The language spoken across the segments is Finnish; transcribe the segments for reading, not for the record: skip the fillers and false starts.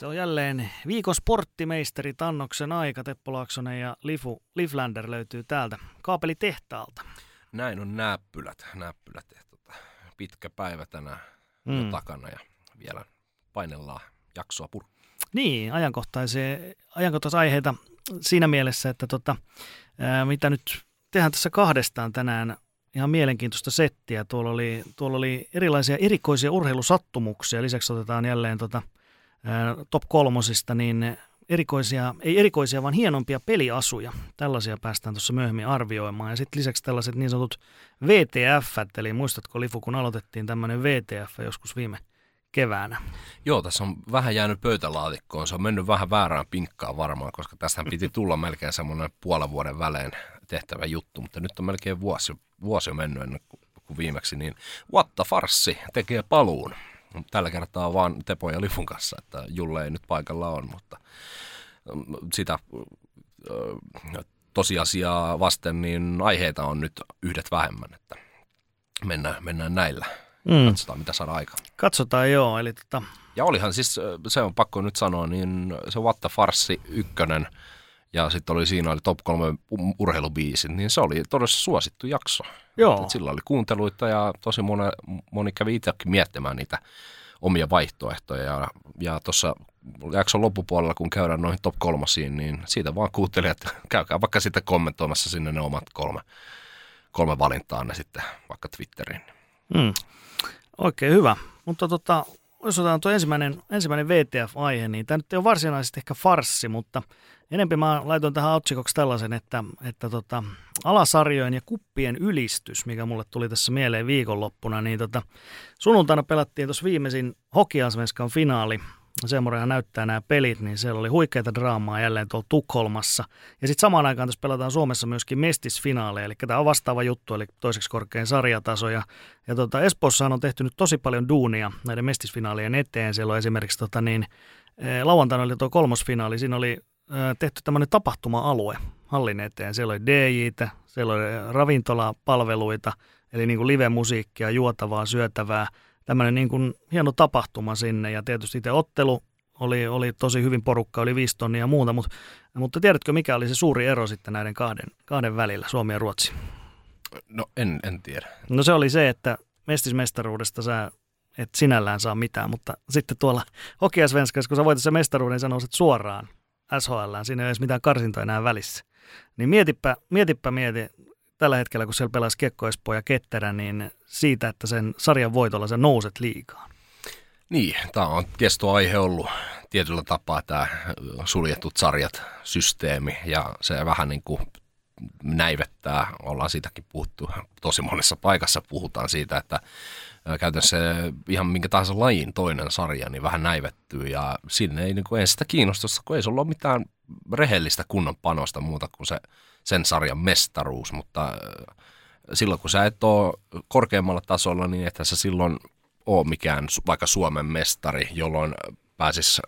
Se on jälleen viikon sporttimeisteri Tannoksen aika. Teppo Laaksonen ja Liflander löytyy täältä kaapelitehtaalta. Näin on näppylät. Pitkä päivä tänään jo takana ja vielä painellaan jaksoa Niin, ajankohtaisaiheita siinä mielessä, että mitä nyt tehdään tässä kahdestaan tänään. Ihan mielenkiintoista settiä. Tuolla oli erilaisia erikoisia urheilusattumuksia. Lisäksi otetaan jälleen top 3, niin ei erikoisia, vaan hienompia peliasuja. Tällaisia päästään tuossa myöhemmin arvioimaan. Ja sitten lisäksi tällaiset niin sanotut VTF, eli muistatko Lifu, kun aloitettiin tämmöinen VTF joskus viime keväänä? Joo, tässä on vähän jäänyt pöytälaatikkoon. Se on mennyt vähän väärään pinkkaan varmaan, koska tästä piti tulla melkein semmoinen puolen vuoden välein tehtävä juttu, mutta nyt on melkein vuosi on mennyt ennen kuin viimeksi, niin What the Farssi tekee paluun. Tällä kertaa vaan Tepon ja Lifun kanssa, että Julle ei nyt paikalla on, mutta sitä tosiasiaa vasten niin aiheita on nyt yhdet vähemmän, että mennään näillä. Katsotaan, mitä saadaan aikaan. Katsotaan, joo. Eli Ja olihan siis, se on pakko nyt sanoa, niin se What the Farssi 1, ja sitten siinä oli top 3 urheilubiisit, niin se oli todella suosittu jakso. Joo. Sillä oli kuunteluita ja tosi moni kävi itsekin miettimään niitä omia vaihtoehtoja. Ja tuossa jakson loppupuolella, kun käydään noihin top 3, niin siitä vaan kuuntelijat, että käykää vaikka sitten kommentoimassa sinne ne omat kolme valintaa ne sitten vaikka Twitteriin. Oikein hyvä. Mutta jos otetaan tuo ensimmäinen VTF-aihe, niin tämä nyt ei ole varsinaisesti ehkä farssi, mutta enemmän mä laitoin tähän otsikoksi tällaisen, että alasarjojen ja kuppien ylistys, mikä mulle tuli tässä mieleen viikonloppuna, niin sunnuntaina pelattiin tuossa viimeisin Hockeyallsvenskan finaali. Semmoinen näyttää nämä pelit, niin siellä oli huikeita draamaa jälleen tuolla Tukholmassa. Ja sitten samaan aikaan tässä pelataan Suomessa myöskin mestisfinaaleja, eli tämä on vastaava juttu, eli toiseksi korkein sarjataso. Ja Espoossahan on tehty nyt tosi paljon duunia näiden mestisfinaalien eteen. Siellä on esimerkiksi lauantaina oli tuo 3. finaali, siinä oli tehty tämmöinen tapahtuma-alue hallin eteen. Siellä oli DJ:tä, siellä oli ravintolapalveluita, eli niin kuin live-musiikkia, juotavaa, syötävää. Tämmöinen niin kuin hieno tapahtuma sinne, ja tietysti itse ottelu oli tosi hyvin porukka, oli 5 tonnia ja muuta, mutta tiedätkö mikä oli se suuri ero sitten näiden kahden välillä, Suomi ja Ruotsi? No en tiedä. No se oli se, että mestismestaruudesta sä et sinällään saa mitään, mutta sitten tuolla Hockeyallsvenskassa, kun sä voitat sen mestaruuden, niin sä nouset suoraan SHL:ään, siinä ei ole edes mitään karsintoja enää välissä. Niin mieti tällä hetkellä, kun siellä pelasi Kiekko Espoo ja Ketterä, niin siitä, että sen sarjan voitolla sä nouset liigaan. Niin, tämä on kestoaihe ollut tietyllä tapaa tämä suljetut sarjat systeemi, ja se vähän niin kuin näivettää, ollaan siitäkin puhuttu, tosi monessa paikassa puhutaan siitä, että käytännössä ihan minkä tahansa lajin toinen sarja niin vähän näivettyy, ja sinne ei sitä kiinnostusta, kun ei se ole mitään rehellistä kunnon panosta muuta kuin sen sarjan mestaruus, mutta silloin kun sä et ole korkeammalla tasolla, niin ethän sä silloin ole mikään vaikka Suomen mestari, jolloin pääsis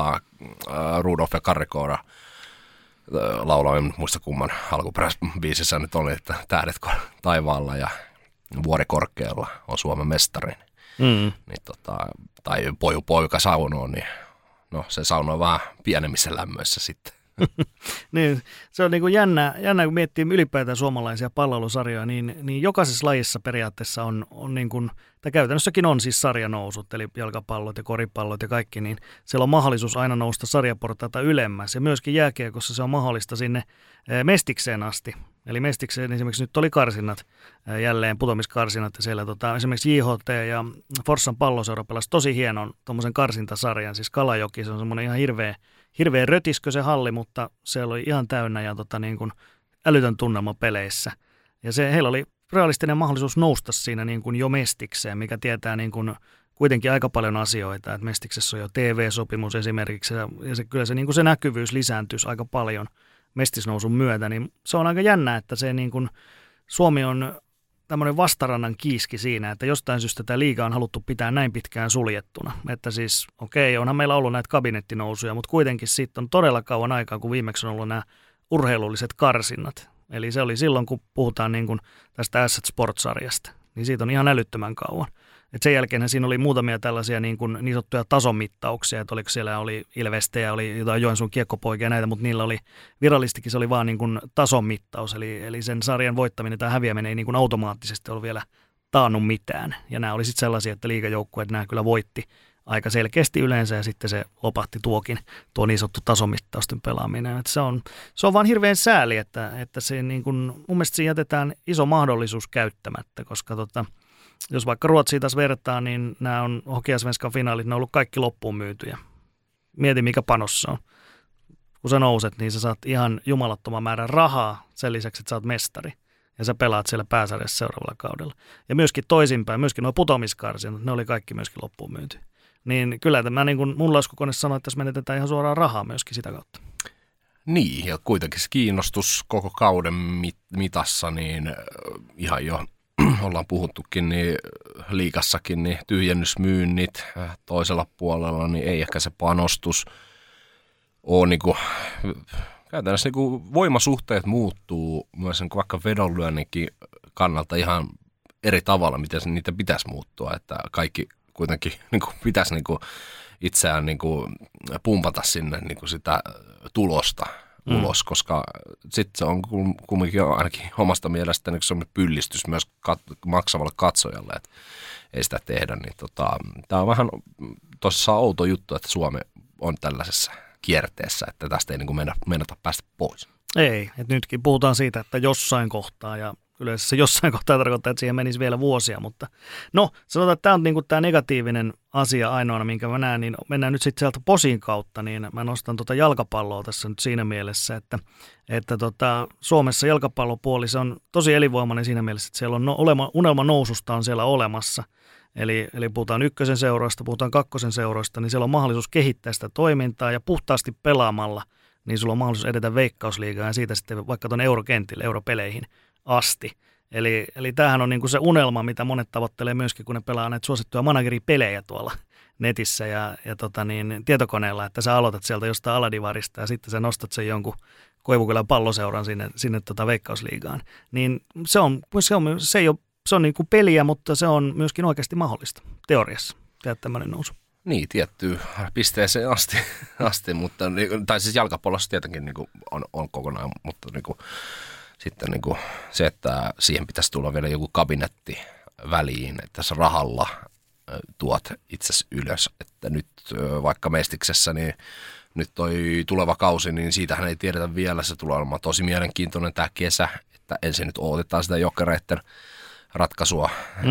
Rudolf ja Karikoora laulaa, en muista kumman alkuperäisbiisissä nyt oli, että tähdet taivaalla ja vuori korkealla on Suomen mestari. Niin, tai poika saunoo, niin no se saunoo vähän pienemmissä lämmöissä sitten. Niin, se on niin kuin jännä, kun miettii ylipäätään suomalaisia palloilusarjoja, niin jokaisessa lajissa periaatteessa on niin kuin, tai käytännössäkin on siis sarjanousut, eli jalkapallot ja koripallot ja kaikki, niin siellä on mahdollisuus aina nousta sarjaportaita ylemmäs, ja myöskin jääkiekossa se on mahdollista sinne mestikseen asti. Eli mestikseen esimerkiksi nyt oli karsinnat, jälleen putoamiskarsinnat, ja siellä esimerkiksi JHT ja Forssan palloseura pelasi tosi hienon tuommoisen karsintasarjan, siis Kalajoki, se on semmoinen ihan hirveä rötiskö se halli, mutta se oli ihan täynnä ja niin kuin älytön tunnelma peleissä. Ja heillä oli realistinen mahdollisuus nousta siinä niin kuin jo mestikseen, mikä tietää niin kuin kuitenkin aika paljon asioita. Et mestiksessä on jo TV-sopimus esimerkiksi, ja kyllä se, niin kuin se näkyvyys lisääntyisi aika paljon mestisnousun myötä. Niin se on aika jännä, että se niin kuin Suomi on tämmöinen vastarannan kiiski siinä, että jostain syystä tämä liiga on haluttu pitää näin pitkään suljettuna. Että siis, onhan meillä ollut näitä kabinettinousuja, mutta kuitenkin siitä on todella kauan aikaa, kun viimeksi on ollut nämä urheilulliset karsinnat. Eli se oli silloin, kun puhutaan niin kuin tästä Asset Sports-sarjasta, niin siitä on ihan älyttömän kauan. Et sen jälkeen siinä oli muutamia tällaisia niin sanottuja tasonmittauksia, että oliko siellä oli Ilvestejä, oli jotain Joensuun kiekkopoikia ja näitä, mutta niillä oli virallistikin se oli vaan niin kuin tasonmittaus, eli sen sarjan voittaminen tai häviäminen ei niin kuin automaattisesti ollut vielä taannut mitään. Ja nämä oli sitten sellaisia, että liigajoukkueet nämä kyllä voitti aika selkeästi yleensä ja sitten se lopahti tuo niin sanottu tasomittausten pelaaminen. Että se on vaan hirveän sääli, että se niin kuin, mun mielestä siinä jätetään iso mahdollisuus käyttämättä, koska jos vaikka Ruotsiin taas vertaa, niin nämä on Hockeyallsvenskan finaalit, ne on ollut kaikki loppuun myytyjä. Mieti mikä panos se on. Kun sä nouset, niin sä saat ihan jumalattoman määrän rahaa sen lisäksi, että sä oot mestari. Ja sä pelaat siellä pääsarjassa seuraavalla kaudella. Ja myöskin toisinpäin, myöskin nuo putoamiskarsinat, ne oli kaikki myöskin loppuun myyty. Niin kyllä tämä niin kuin mun laskukone sanoi, että tässä menetetään ihan suoraan rahaa myöskin sitä kautta. Niin, ja kuitenkin se kiinnostus koko kauden mitassa, niin ihan jo ollaan puhuttukin, niin liigassakin niin tyhjennysmyynnit toisella puolella, niin ei ehkä se panostus ole niin kuin, käytännössä niin kuin voimasuhteet muuttuu myös niin kuin vaikka vedonlyönninkin kannalta ihan eri tavalla, miten niitä pitäisi muuttua, että kaikki kuitenkin niin kuin pitäisi niin kuin itseään niin kuin pumpata sinne niin kuin sitä tulosta ulos, koska sitten se on kumminkin ainakin omasta mielestäni se on pyllistys myös maksavalle katsojalle, että ei sitä tehdä. Niin tämä on vähän tosissaan outo juttu, että Suomi on tällaisessa kierteessä, että tästä ei niin kuin mennä päästä pois. Ei, että nytkin puhutaan siitä, että jossain kohtaa ja yleensä se jossain kohtaa tarkoittaa, että siihen menisi vielä vuosia, mutta no sanotaan, että tämä on niin kuin tämä negatiivinen asia ainoana, minkä mä näen, niin mennään nyt sitten sieltä posin kautta, niin mä nostan jalkapalloa tässä nyt siinä mielessä, että Suomessa jalkapallopuoli se on tosi elinvoimainen siinä mielessä, että siellä on unelma noususta on siellä olemassa, eli puhutaan ykkösen seuroista, puhutaan kakkosen seuroista, niin siellä on mahdollisuus kehittää sitä toimintaa ja puhtaasti pelaamalla, niin sulla on mahdollisuus edetä Veikkausliigaan ja siitä sitten vaikka tuonne eurokentille, europeleihin asti. Eli tämähän on niin kuin se unelma, mitä monet tavoittelee myöskin, kun ne pelaa näitä suosittuja manageripelejä tuolla netissä ja tietokoneella, että sä aloitat sieltä jostain aladivarista ja sitten sä nostat sen jonkun Koivukylän palloseuran sinne Veikkausliigaan. Niin se on niin kuin peliä, mutta se on myöskin oikeasti mahdollista teoriassa tehdä tämmöinen nousu. Niin, tiettyyn pisteeseen asti mutta, tai siis jalkapallossa tietenkin niin kuin on kokonaan, mutta niin kuin, sitten niin kuin se, että siihen pitäisi tulla vielä joku kabinetti väliin, että sä rahalla tuot itsesi ylös, että nyt vaikka Mestiksessä, niin nyt toi tuleva kausi, niin siitähän ei tiedetä vielä, se tulee olemaan tosi mielenkiintoinen tämä kesä, että ensin nyt odotetaan sitä Jokereiden ratkaisua,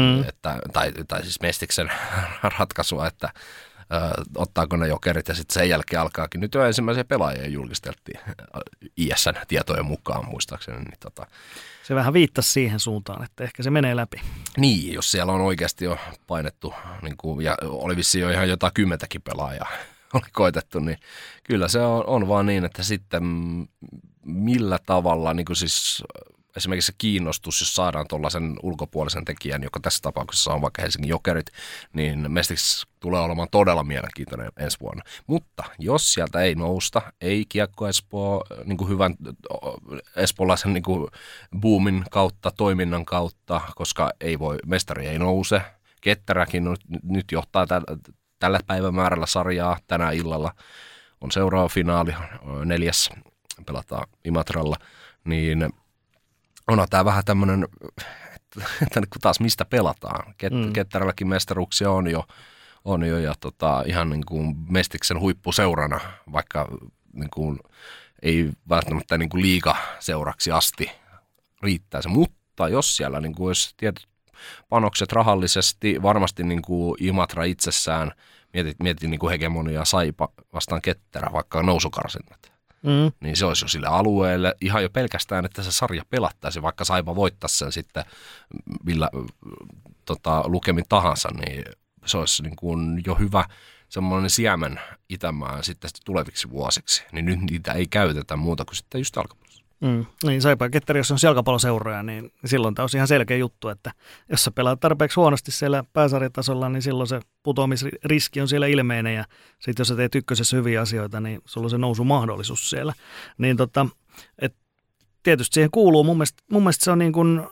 tai siis Mestiksen ratkaisua, että ottaako ne Jokerit ja sitten sen jälkeen alkaakin. Nyt jo ensimmäisiä pelaajia julkisteltiin ISN tietojen mukaan muistaakseni. Niin se vähän viittasi siihen suuntaan, että ehkä se menee läpi. Niin, jos siellä on oikeasti jo painettu, niin kuin, ja oli vissiin jo ihan jotain 10 pelaajaa oli koitettu, niin kyllä se on vaan niin, että sitten millä tavalla, niin kuin siis esimerkiksi se kiinnostus, jos saadaan tuollaisen ulkopuolisen tekijän, joka tässä tapauksessa on vaikka Helsingin Jokerit, niin Mestiks tulee olemaan todella mielenkiintoinen ensi vuonna. Mutta jos sieltä ei nousta, ei Kiekko Espoo niin kuin hyvän espoolaisen niin kuin boomin kautta, toiminnan kautta, koska mestari ei nouse. Ketteräkin nyt johtaa tällä päivämäärällä sarjaa tänä illalla. On seuraava finaali, 4. pelataan Imatralla, niin on tämä vähän tämmöinen, että taas mistä pelataan. Ketterälläkin mestaruuksia on jo ja ihan niin kuin Mestiksen huippuseurana, vaikka niin kuin ei välttämättä niin kuin liigaseuraksi asti riittäisi. Mutta jos siellä niin kuin olisi tietyt panokset rahallisesti, varmasti niin kuin Imatra itsessään, mietin niin kuin hegemoniaa Saipa vastaan Ketterä, vaikka nousukarsinnat. Niin se olisi jo sille alueelle ihan jo pelkästään, että se sarja pelattaisi, vaikka Saipa voittaisi sen sitten millä lukemin tahansa, niin se olisi niin kuin jo hyvä semmoinen siemen Itämään sitten tuleviksi vuosiksi. Niin nyt niitä ei käytetä muuta kuin sitten just jalkapallossa. Niin Saipa ja Ketteri, jos on jalkapalloseuroja, niin silloin tämä on ihan selkeä juttu, että jos sä pelaat tarpeeksi huonosti siellä pääsarjatasolla, niin silloin se putoamisriski on siellä ilmeinen ja sitten jos sä teet ykkösessä hyviä asioita, niin sulla on se nousumahdollisuus siellä. Niin tietysti siihen kuuluu, mun mielestä se on niin kuin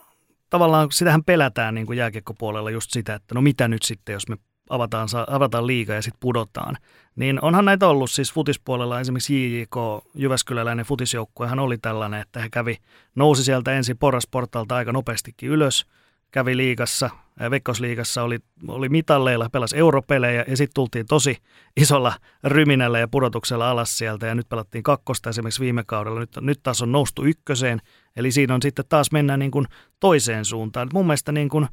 tavallaan sitähän pelätään niin kuin jääkiekkopuolella just sitä, että no mitä nyt sitten, jos me avataan liiga ja sitten pudotaan. Niin onhan näitä ollut siis futispuolella, esimerkiksi JJK, Jyväskyläläinen futisjoukkuehan oli tällainen, että he nousi sieltä ensin porrasportalta aika nopeastikin ylös, kävi liigassa, Veikkausliigassa oli mitalleilla, pelasi europelejä ja sitten tultiin tosi isolla ryminällä ja pudotuksella alas sieltä ja nyt pelattiin kakkosta esimerkiksi viime kaudella. Nyt taas on noustu ykköseen, eli siinä on sitten taas mennään niin kuin toiseen suuntaan. Mun mielestä niin kuin,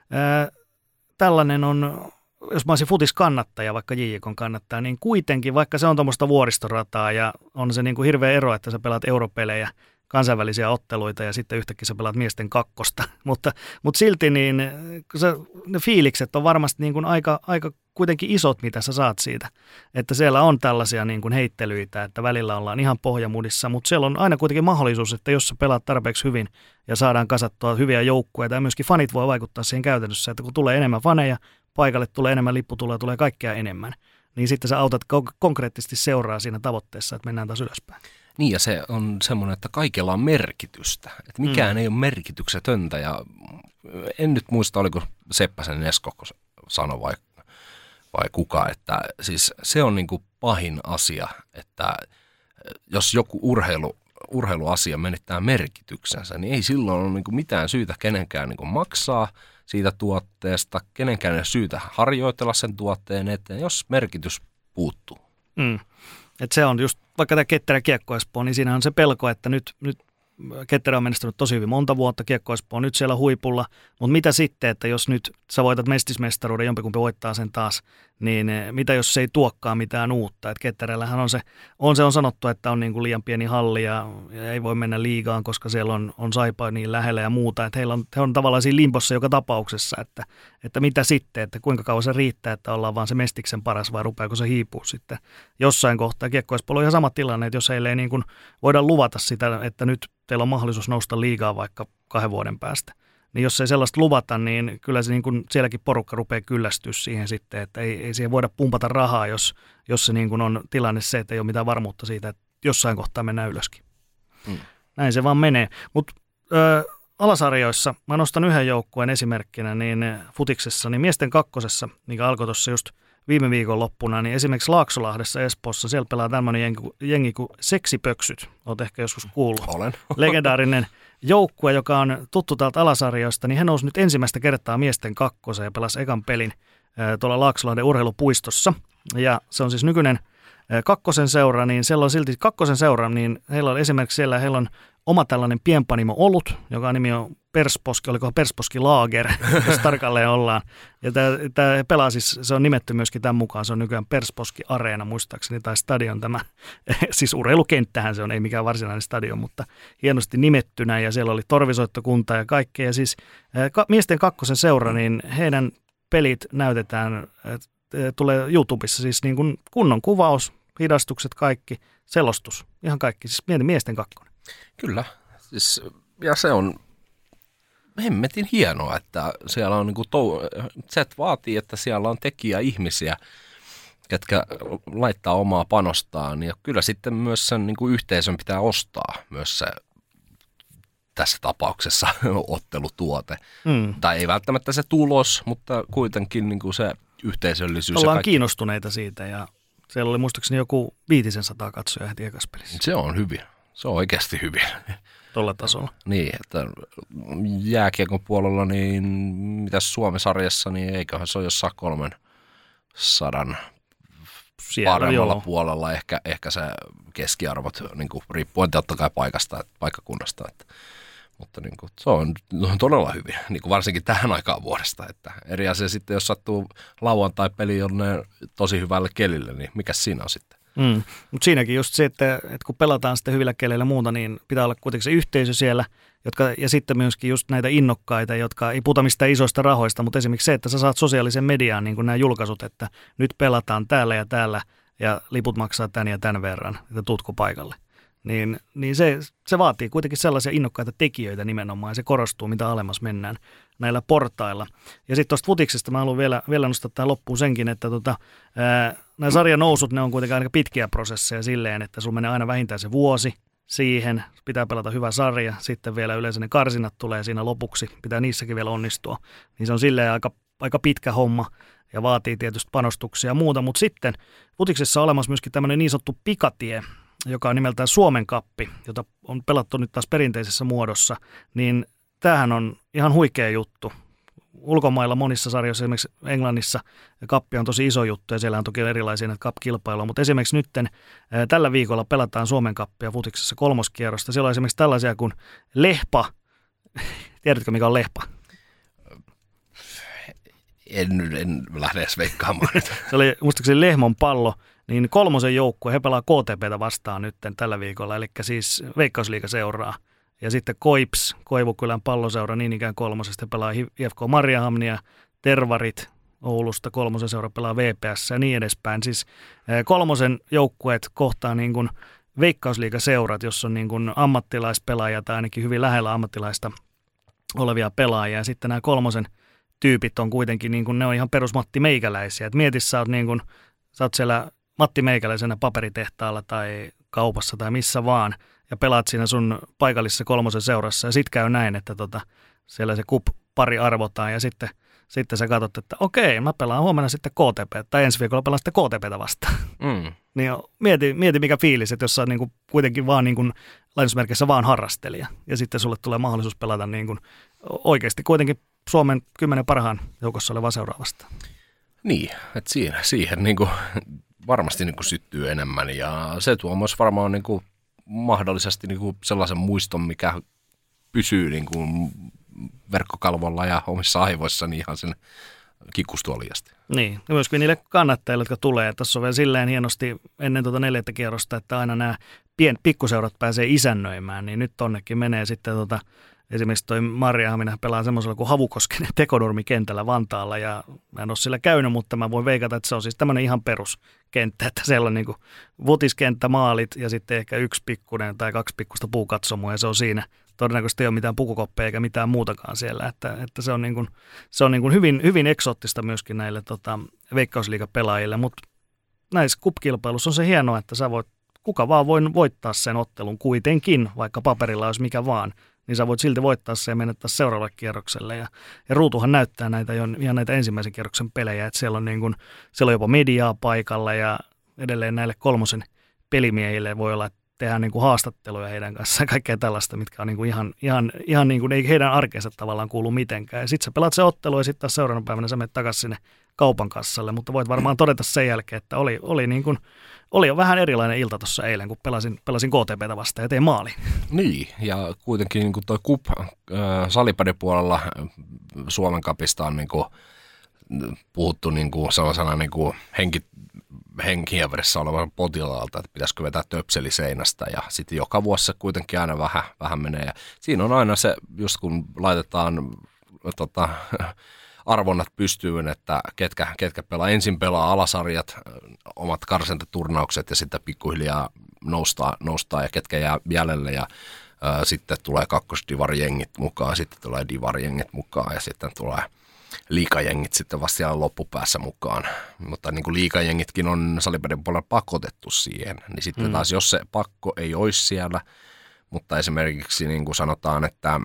tällainen on, jos mä olisin futiskannattaja, vaikka JJK:n kannattaja, niin kuitenkin, vaikka se on tuommoista vuoristorataa ja on se niin kuin hirveä ero, että sä pelaat europelejä, kansainvälisiä otteluita ja sitten yhtäkkiä sä pelaat miesten kakkosta. mutta silti niin ne fiilikset on varmasti niin kuin aika kuitenkin isot, mitä sä saat siitä. Että siellä on tällaisia niin kuin heittelyitä, että välillä ollaan ihan pohjamudissa, mutta siellä on aina kuitenkin mahdollisuus, että jos sä pelaat tarpeeksi hyvin ja saadaan kasattua hyviä joukkueita ja myöskin fanit voi vaikuttaa siihen käytännössä, että kun tulee enemmän faneja, paikalle tulee enemmän lipputuloja, tulee kaikkea enemmän, niin sitten sä autat konkreettisesti seuraa siinä tavoitteessa, että mennään taas ylöspäin. Niin ja se on semmoinen, että kaikella on merkitystä, että mikään ei ole merkityksetöntä ja en nyt muista, oliko Seppäsen Esko sanoi vai kuka, että siis se on niin kuin pahin asia, että jos joku urheiluasia menettää merkityksensä, niin ei silloin ole niin kuin mitään syytä kenenkään niin kuin maksaa siitä tuotteesta, kenenkään ei ole syytä harjoitella sen tuotteen eteen, jos merkitys puuttuu. Että se on just, vaikka tämä Ketterä Kiekko Espoo, niin siinä on se pelko, että nyt Ketterä on menestynyt tosi hyvin monta vuotta, Kiekko Espoo on nyt siellä huipulla, mutta mitä sitten, että jos nyt sä voitat mestismestaruuden, jompikumpi voittaa sen taas, niin mitä jos se ei tuokkaan mitään uutta, että Ketterällähän on sanottu, että on niin kuin liian pieni halli ja ei voi mennä liigaan, koska siellä on Saipa niin lähellä ja muuta, että he on tavallaan siinä limpossa joka tapauksessa, että mitä sitten, että kuinka kauan se riittää, että ollaan vaan se mestiksen paras vai rupeako se hiipua sitten jossain kohtaa. Kiekko Espoolla on ihan sama tilanne, että jos heille ei niin kuin voida luvata sitä, että nyt teillä on mahdollisuus nousta liigaan vaikka 2 vuoden päästä. Niin jos ei sellaista luvata, niin kyllä se niin kuin sielläkin porukka rupeaa kyllästyä siihen sitten, että ei siihen voida pumpata rahaa, jos se niin kuin on tilanne se, että ei ole mitään varmuutta siitä, että jossain kohtaa mennään ylöskin. Näin se vaan menee. Mutta alasarjoissa, mä nostan yhden joukkueen esimerkkinä, niin futiksessa, niin miesten kakkosessa, mikä alkoi tuossa just viime viikon loppuna, niin esimerkiksi Laaksolahdessa Espoossa, siellä pelaa tämmöinen jengi kuin Seksipöksyt. Olet ehkä joskus kuullut. Olen. Legendaarinen joukkue, joka on tuttu täältä alasarjoista, niin he nousi nyt ensimmäistä kertaa miesten kakkoseen ja pelasi ekan pelin tuolla Laaksolahden urheilupuistossa. Ja se on siis nykyinen kakkosen seura, niin siellä on silti kakkosen seura, niin heillä on esimerkiksi siellä, heillä on oma tällainen pienpanimo olut, joka nimi on Persposki, olikohan Persposki Lager, jos tarkalleen ollaan. Ja tämä pelaa siis, se on nimetty myöskin tämän mukaan, se on nykyään Persposki Areena muistaakseni, tai stadion tämä, siis urheilukenttähän se on, ei mikään varsinainen stadion, mutta hienosti nimettynä, ja siellä oli torvisoittokunta ja kaikkea, ja siis miesten kakkosen seura, niin heidän pelit näytetään, tulee YouTubessa, siis niin kuin kunnon kuvaus, hidastukset, kaikki, selostus, ihan kaikki, siis miesten kakkonen. Kyllä, siis, ja se on hemmetin hienoa, että siellä on se vaatii, että siellä on tekijäihmisiä, ketkä laittaa omaa panostaan, ja kyllä sitten myös sen niin kuin yhteisön pitää ostaa myös se tässä tapauksessa ottelutuote. Tai ei välttämättä se tulos, mutta kuitenkin niin kuin se yhteisöllisyys. Ollaan kiinnostuneita siitä, ja siellä oli muistaakseni joku 500 katsojaa heti ekassa pelissä. Se on hyvin. Se on oikeasti hyvin. Tuolla tasolla. Niin, että jääkiekon puolella, niin mitäs Suomi-sarjassa, niin eiköhän se ole jossain 300 paremmalla puolella. Ehkä se keskiarvot, niin kuin, riippuen totta kai paikkakunnasta. Mutta niin kuin, se on todella hyvin, niin kuin varsinkin tähän aikaan vuodesta. Että eri asia sitten, jos sattuu lauantai-peli jonne tosi hyvälle kelille, niin mikäs siinä on sitten? Mutta siinäkin just se, että kun pelataan sitten hyvillä keleillä ja muuta, niin pitää olla kuitenkin se yhteisö siellä, ja sitten myöskin just näitä innokkaita, jotka ei puhuta mistään isoista rahoista, mutta esimerkiksi se, että sä saat sosiaalisen mediaan niin kuin nämä julkaisut, että nyt pelataan täällä ja liput maksaa tän ja tän verran, että tuutko paikalle. Niin se vaatii kuitenkin sellaisia innokkaita tekijöitä nimenomaan, ja se korostuu, mitä alemmas mennään näillä portailla. Ja sitten tuosta futiksesta mä haluan vielä nostaa tähän loppuun senkin, että nämä sarjanousut, ne on kuitenkin aika pitkiä prosesseja silleen, että sulla menee aina vähintään se vuosi, siihen, pitää pelata hyvä sarja, sitten vielä yleensä ne karsinat tulee siinä lopuksi, pitää niissäkin vielä onnistua, niin se on silleen aika pitkä homma ja vaatii tietysti panostuksia ja muuta, mutta sitten futiksessa on olemassa myöskin tämmöinen niin sanottu pikatie, joka on nimeltään Suomen kappi, jota on pelattu nyt taas perinteisessä muodossa, niin tämähän on ihan huikea juttu. Ulkomailla monissa sarjoissa, esimerkiksi Englannissa, kappi on tosi iso juttu ja siellä on toki erilaisia näitä cup-kilpailuja, mutta esimerkiksi nytten tällä viikolla pelataan Suomen kappia futiksessa 3. kierrosta. Siellä on esimerkiksi tällaisia kuin Lehpa. Tiedätkö, mikä on Lehpa? En lähde edes veikkaamaan. Se oli muistaakseni Lehmon pallo, niin 3. joukkue, he pelaa KTP:tä vastaan nytten tällä viikolla, eli siis Veikkausliiga seuraa. Ja sitten Koips, Koivukylän palloseura, niin ikään 3. pelaa IFK Mariehamnia, Tervarit Oulusta 3. seura pelaa VPS ja niin edespäin. Siis 3. joukkueet kohtaa niin kuin Veikkausliigaseurat, jossa on niin kuin ammattilaispelaajia tai ainakin hyvin lähellä ammattilaista olevia pelaajia. Ja sitten nämä 3. tyypit on kuitenkin, niin kuin, ne on ihan perus Matti Meikäläisiä. Et mieti, sä oot siellä Matti Meikäläisenä paperitehtaalla tai kaupassa tai missä vaan, ja pelaat siinä sun paikallisessa 3. seurassa, ja sit käy näin, että siellä se pari arvotaan, ja sitten sä katsot, että okei, mä pelaan huomenna sitten KTP, tai ensi viikolla pelaan sitten KTP:tä vastaan. Niin mieti mikä fiilis, että jos sä oot niinku kuitenkin vaan niinku lainausmerkeissä vaan harrastelija, ja sitten sulle tulee mahdollisuus pelata niinku oikeasti kuitenkin Suomen 10 parhaan joukossa olevaa seuraa vastaan. Niin, että siihen niinku varmasti niinku syttyy enemmän, ja se tuo myös varmaan niinku mahdollisesti niinku sellaisen muiston, mikä pysyy niinku verkkokalvolla ja omissa aivoissani ihan sen kikustuoliasti. Niin, ja myöskin niille kannattajille, jotka tulee. Tässä on vielä silleen hienosti ennen 4. kierrosta, että aina nämä pikkuseurat pääsee isännöimään, niin nyt tonnekin menee sitten esimerkiksi toi Mariehamina pelaa semmoisella kuin Havukosken Tekonurmi-kentällä Vantaalla, ja mä en ole sillä käynyt, mutta mä voin veikata, että se on siis tämmöinen ihan peruskenttä, että siellä on niin kuin vutiskenttä, maalit ja sitten ehkä 1 pikkuinen tai 2 pikkusta puukatsomoa, ja se on siinä. Todennäköisesti ei ole mitään pukukoppeja eikä mitään muutakaan siellä, että se on niin kuin hyvin, hyvin eksoottista myöskin näille veikkausliigapelaajille, mutta näissä cup-kilpailussa on se hienoa, että kuka vaan voi voittaa sen ottelun kuitenkin, vaikka paperilla olisi mikä vaan, niin sä voit silti voittaa se ja mennä taas seuraavalle kierrokselle. Ja ruutuhan näyttää ihan näitä ensimmäisen kierroksen pelejä, että siellä on jopa mediaa paikalla ja edelleen näille 3. pelimiehille voi olla, että tehdään niin kuin haastatteluja heidän kanssaan ja kaikkea tällaista, mitkä on niin kuin ihan niin kuin ei heidän arkeensa tavallaan kuulu mitenkään. Ja sitten sä pelaat se ottelu ja sitten taas seuraavana päivänä sä menet takaisin sinne kaupan kassalle, mutta voit varmaan todeta sen jälkeen, että oli jo vähän erilainen ilta tuossa eilen, kun pelasin KTP:tä vastaan ja tein maali. Niin, ja kuitenkin niin kuin toi KUP salipadipuolella Suomen Cupista on niin kuin puhuttu niin kuin sellaisena niin kuin henkiä veressä olevan potilaalta, että pitäisikö vetää töpseli seinästä, ja sitten joka vuosi se kuitenkin aina vähän menee. Ja siinä on aina se, just kun laitetaan arvonnat pystyyn, että ketkä pelaa alasarjat, omat karsintaturnaukset ja sitten pikkuhiljaa noustaa ja ketkä jää jäljelle ja sitten tulee kakkosdivarjengit mukaan, sitten tulee divarjengit mukaan ja sitten tulee liigajengit sitten vasta siellä loppupäässä mukaan. Mutta niin kuin liigajengitkin on salibändin puolella pakotettu siihen, niin sitten taas jos se pakko ei olisi siellä, mutta esimerkiksi niin kuin sanotaan, että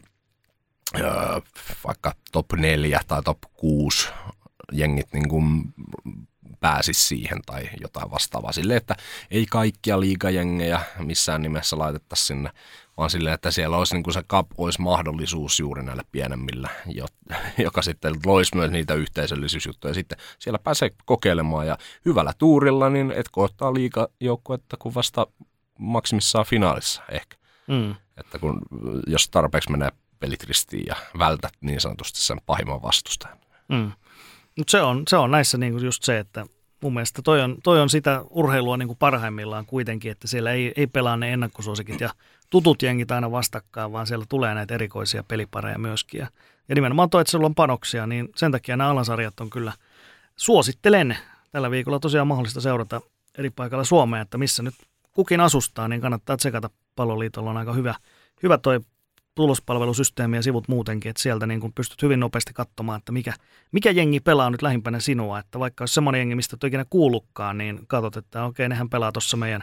vaikka top 4 tai top 6 jengit niin kuin pääsisi siihen tai jotain vastaavaa silleen, että ei kaikkia liigajengejä missään nimessä laitettaisiin sinne, vaan silleen, että siellä olisi niin kuin se cup olisi mahdollisuus juuri näille pienemmillä, joka sitten loisi myös niitä yhteisöllisyysjuttuja. Sitten siellä pääsee kokeilemaan ja hyvällä tuurilla, niin et kohtaa liigajoukkuetta kuin vasta maksimissaan finaalissa ehkä. Että jos tarpeeksi menee pelit ristiin ja vältät niin sanotusti sen pahimman vastustajan. Mutta se on näissä niinku just se, että mun mielestä toi on sitä urheilua niinku parhaimmillaan kuitenkin, että siellä ei pelaa ne ennakkosuosikit ja tutut jengit aina vastakkaan, vaan siellä tulee näitä erikoisia pelipareja myöskin. Ja nimenomaan toi, että siellä on panoksia, niin sen takia nämä alasarjat on kyllä, suosittelen tällä viikolla tosiaan mahdollista seurata eri paikalla Suomea, että missä nyt kukin asustaa, niin kannattaa tsekata. Palloliitolla on aika hyvä toi tulospalvelusysteemi ja sivut muutenkin, että sieltä niin kun pystyt hyvin nopeasti katsomaan, että mikä jengi pelaa nyt lähimpänä sinua, että vaikka olisi semmoinen jengi, mistä et ole ikinä kuullutkaan, niin katsot, että okei, nehän pelaa tuossa meidän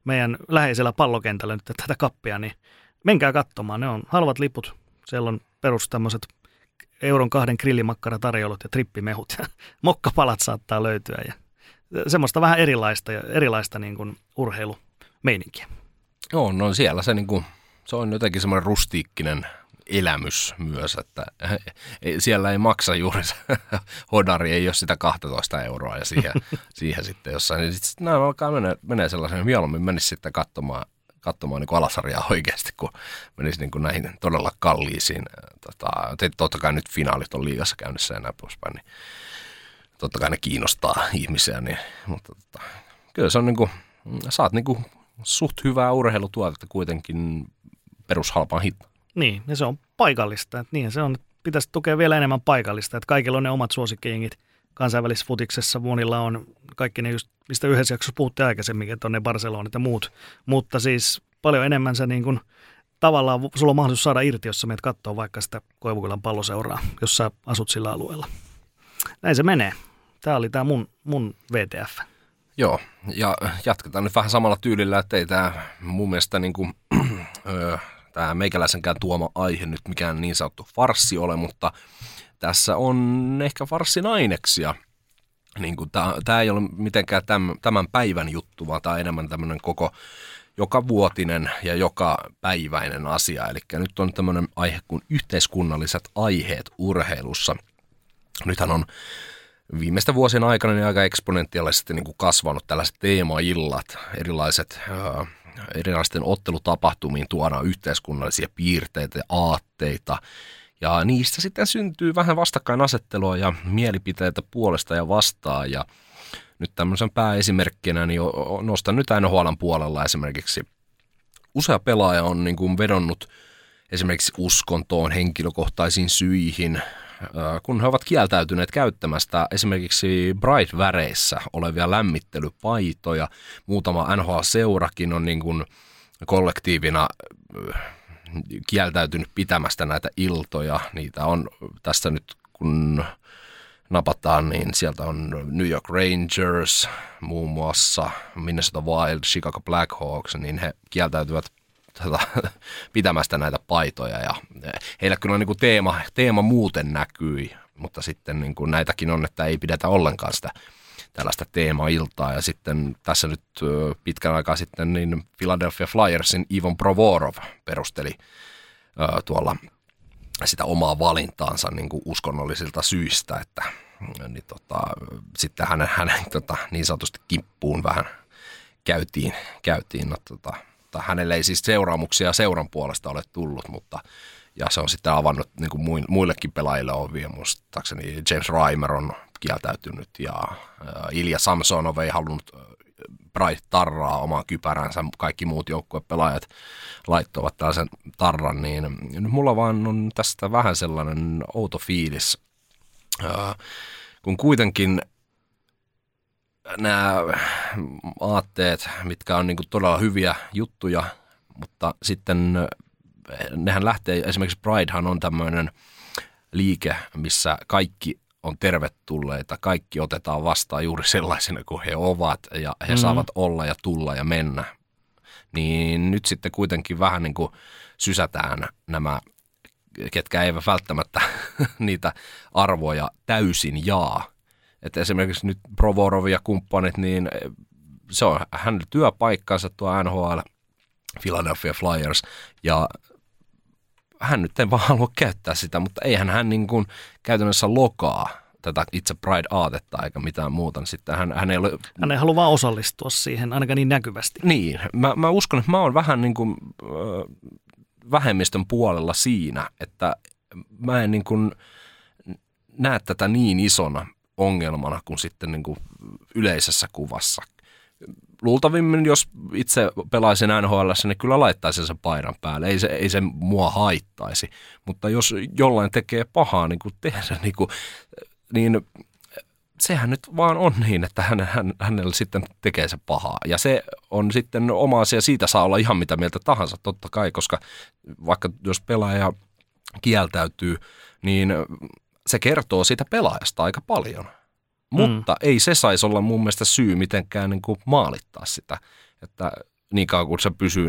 meidän läheisellä pallokentällä nyt tätä kappia, niin menkää katsomaan. Ne on halvat liput. Siellä on perus tämmöiset euron 2 grillimakkaratarjolut ja trippimehut ja mokkapalat saattaa löytyä ja semmoista vähän erilaista niin kuin urheilumeininkiä. Joo, no siellä se on jotenkin semmoinen rustiikkinen elämys myös, että siellä ei maksa juuri se hodari, ei ole sitä 12 euroa ja siihen sitten jossain. Niin sitten nämä alkaa menee sellaisen, mieluummin menisi sitten katsomaan niin kuin alasarjaa oikeasti, kun menisi niin kuin näihin todella kalliisiin. Totta kai nyt finaalit on liigassa käynnissä ja näin poispäin, niin totta kai ne kiinnostaa ihmisiä, niin, mutta kyllä se on niin kuin, saat niin kuin suht hyvää urheilutuotetta kuitenkin perushalpaan hintaan. Niin, ja se on paikallista. Että niin se on, pitäisi tukea vielä enemmän paikallista. Että kaikilla on ne omat suosikkijengit kansainvälisessä futiksessa. Monilla on kaikki ne just, mistä yhdessä jaksossa puhuttiin aikaisemmin, että on ne Barcelonat ja muut. Mutta siis paljon enemmän se niin kuin, tavallaan sulla on mahdollisuus saada irti, jos sä menet katsoa vaikka sitä Koivukylän Palloseuraa, jos sä asut sillä alueella. Näin se menee. Tämä oli tämä mun VTF. Joo, ja jatketaan nyt vähän samalla tyylillä, ettei tämä mun mielestä niin kuin, tämä meikäläisenkään tuoma aihe nyt mikään niin sanottu farssi ole, mutta tässä on ehkä farssin aineksia. Niin kuin tämä ei ole mitenkään tämän päivän juttu, vaan tämä on enemmän tämmöinen joka vuotinen ja joka päiväinen asia. Eli nyt on tämmöinen aihe kuin yhteiskunnalliset aiheet urheilussa. Nythän on viimeisten vuosien aikana niin aika eksponentiaalisesti niin kuin kasvanut tällaiset teemaillat, erilaisten ottelutapahtumiin tuodaan yhteiskunnallisia piirteitä ja aatteita. Ja niistä sitten syntyy vähän vastakkainasettelua ja mielipiteitä puolesta ja vastaan. Ja nyt tämmöisen pääesimerkkinä niin nostan nyt NHL:n puolella esimerkiksi. Usea pelaaja on niin kuin vedonnut esimerkiksi uskontoon, henkilökohtaisiin syihin, kun he ovat kieltäytyneet käyttämästä esimerkiksi Bright-väreissä olevia lämmittelypaitoja. Muutama NHL-seurakin on niin kuin kollektiivina kieltäytynyt pitämästä näitä iltoja. Niitä on tässä nyt, kun napataan, niin sieltä on New York Rangers, muun muassa Minnesota Wild, Chicago Blackhawks, niin he kieltäytyvät pitämästä näitä paitoja. Ja heillä kyllä niin kuin teema muuten näkyi, mutta sitten niin kuin näitäkin on, että ei pidetä ollenkaan sitä tällaista teemailtaa. Ja sitten tässä nyt pitkän aikaa sitten niin Philadelphia Flyersin Ivan Provorov perusteli tuolla sitä omaa valintaansa niin kuin uskonnollisilta syistä, että niin sitten hänen niin sanotusti kimppuun vähän käytiin hänelle ei siis seuraamuksia seuran puolesta ole tullut, mutta ja se on sitten avannut niin kuin muillekin pelaajille ovia. Muistaakseni James Reimer on kieltäytynyt ja Ilja Samsonov ei halunnut Bright tarraa omaa kypäränsä. Kaikki muut joukkuepelaajat laittoivat tällaisen tarran, niin nyt mulla vaan on tästä vähän sellainen outo fiilis, kun kuitenkin nämä aatteet, mitkä on niin kuin todella hyviä juttuja, mutta sitten nehän lähtee, esimerkiksi Pridehan on tämmöinen liike, missä kaikki on tervetulleita, kaikki otetaan vastaan juuri sellaisena kuin he ovat ja he saavat olla ja tulla ja mennä. Niin nyt sitten kuitenkin vähän niin kuin sysätään nämä, ketkä eivät välttämättä niitä arvoja täysin jaa. Että esimerkiksi nyt Provorov ja kumppanit, niin se on hänen työpaikkansa tuo NHL, Philadelphia Flyers, ja hän nyt ei vaan halua käyttää sitä, mutta eihän hän niin kuin käytännössä lokaa tätä itse Pride-aatetta eikä mitään muuta. Sitten hän ei halua vaan osallistua siihen, ainakaan niin näkyvästi. Niin, mä uskon, että mä oon vähän niin kuin vähemmistön puolella siinä, että mä en niin kuin näe tätä niin isona ongelmana kuin sitten niin kuin yleisessä kuvassa. Luultavimmin, jos itse pelaisin NHL:ssä, niin kyllä laittaisin sen paidan päälle. Ei se mua haittaisi. Mutta jos jollain tekee pahaa niin kuin tehdä, niin sehän nyt vaan on niin, että hänellä sitten tekee se pahaa. Ja se on sitten oma asia. Siitä saa olla ihan mitä mieltä tahansa, totta kai, koska vaikka jos pelaaja kieltäytyy, niin se kertoo siitä pelaajasta aika paljon. Mutta ei se saisi olla mun mielestä syy mitenkään niin kuin maalittaa sitä. Että niin kauan kuin se pysyy